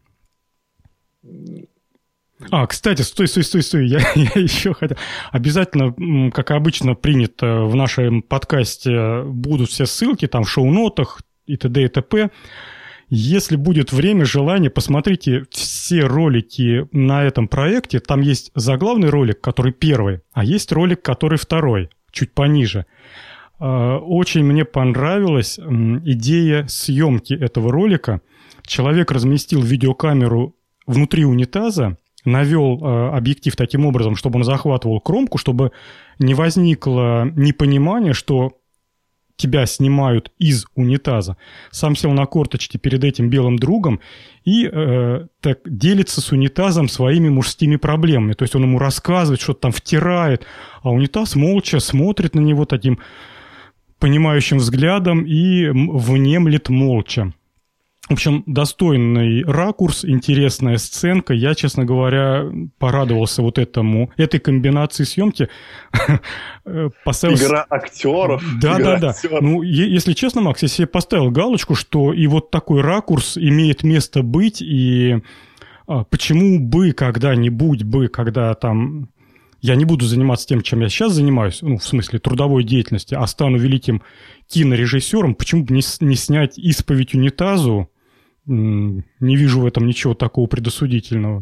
А, кстати, стой, стой, стой, стой, я, я еще хотел... Обязательно, как обычно принято в нашем подкасте, будут все ссылки там в шоу-нотах и т.д. и т.п. Если будет время, желание, посмотрите все ролики на этом проекте. Там есть заглавный ролик, который первый, а есть ролик, который второй, чуть пониже. Очень мне понравилась идея съемки этого ролика. Человек разместил видеокамеру внутри унитаза, навел объектив таким образом, чтобы он захватывал кромку, чтобы не возникло непонимания, что тебя снимают из унитаза. Сам сел на корточки перед этим белым другом и э, так делится с унитазом своими мужскими проблемами. То есть он ему рассказывает, что-то там втирает, а унитаз молча смотрит на него таким понимающим взглядом и внемлет молча. В общем, достойный ракурс, интересная сценка. Я, честно говоря, порадовался вот этому, этой комбинации съемки. Поставил... Игра актеров. Да, да, да. Ну, если честно, Макс, я себе поставил галочку, что и вот такой ракурс имеет место быть, и почему бы когда-нибудь бы, когда там я не буду заниматься тем, чем я сейчас занимаюсь, ну, в смысле трудовой деятельности, а стану великим кинорежиссером, почему бы не, не снять «Исповедь унитазу»? Не вижу в этом ничего такого предосудительного.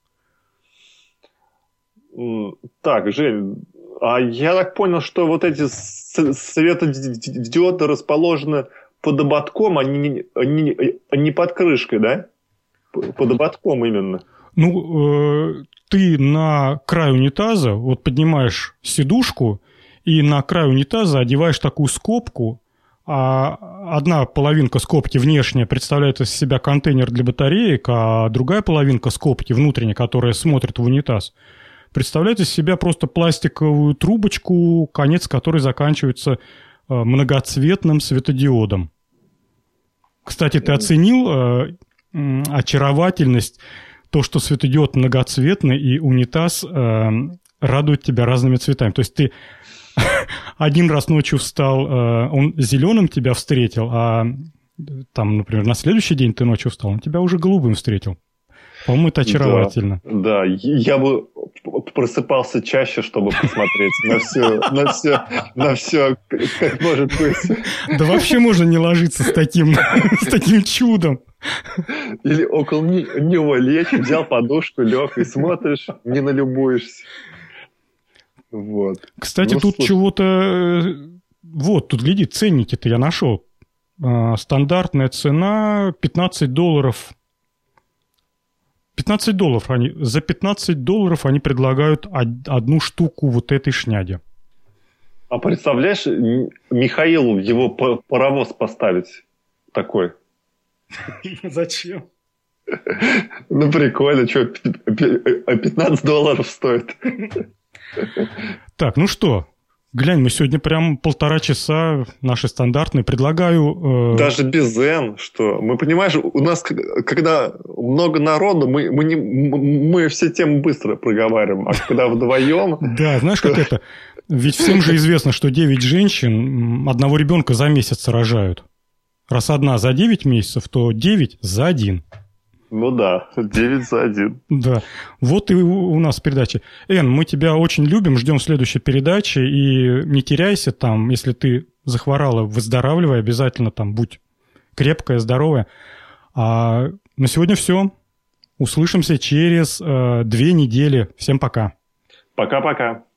Так, Жень, а я так понял, что вот эти светодиоды расположены под ободком, а не, не, не под крышкой, да? Под ободком именно. Ну, э, ты на край унитаза вот поднимаешь сидушку и на край унитаза одеваешь такую скобку, а одна половинка скобки внешняя представляет из себя контейнер для батареек, а другая половинка скобки внутренняя, которая смотрит в унитаз, представляет из себя просто пластиковую трубочку, конец которой заканчивается многоцветным светодиодом. Кстати, ты оценил э, очаровательность, то, что светодиод многоцветный и унитаз э, радует тебя разными цветами. То есть ты один раз ночью встал, он зеленым тебя встретил, а там, например, на следующий день ты ночью встал, он тебя уже голубым встретил. По-моему, это очаровательно. Да, да, я бы просыпался чаще, чтобы посмотреть на все, на все, на все, как может быть. Да вообще можно не ложиться с таким, с таким чудом. Или около него лечь, взял подушку, лег и смотришь, не налюбуешься. Вот. Кстати, ну, тут слушай. чего-то... Вот, тут, гляди, ценники-то я нашел. Стандартная цена пятнадцать долларов. пятнадцать долларов они... За пятнадцать долларов они предлагают одну штуку вот этой шняги. А представляешь, Михаилу его паровоз поставить такой? Зачем? Ну, прикольно, что, пятнадцать долларов стоит. Так, ну что, глянь, мы сегодня прям полтора часа наши стандартные. Предлагаю... Э... Даже без N, что... Мы, понимаешь, у нас, когда много народу, мы, мы, не, мы все темы быстро проговариваем, а когда вдвоем... Да, знаешь, как это? Ведь всем же известно, что девять женщин одного ребенка за месяц рожают. Раз одна за девять месяцев, то девять за один. Ну да, девять за один. Да, вот и у нас передача. Эн, мы тебя очень любим, ждем следующей передачи, и не теряйся там, если ты захворала, выздоравливай, обязательно там будь крепкая, здоровая. А на сегодня все. Услышимся через э, две недели. Всем пока. Пока-пока.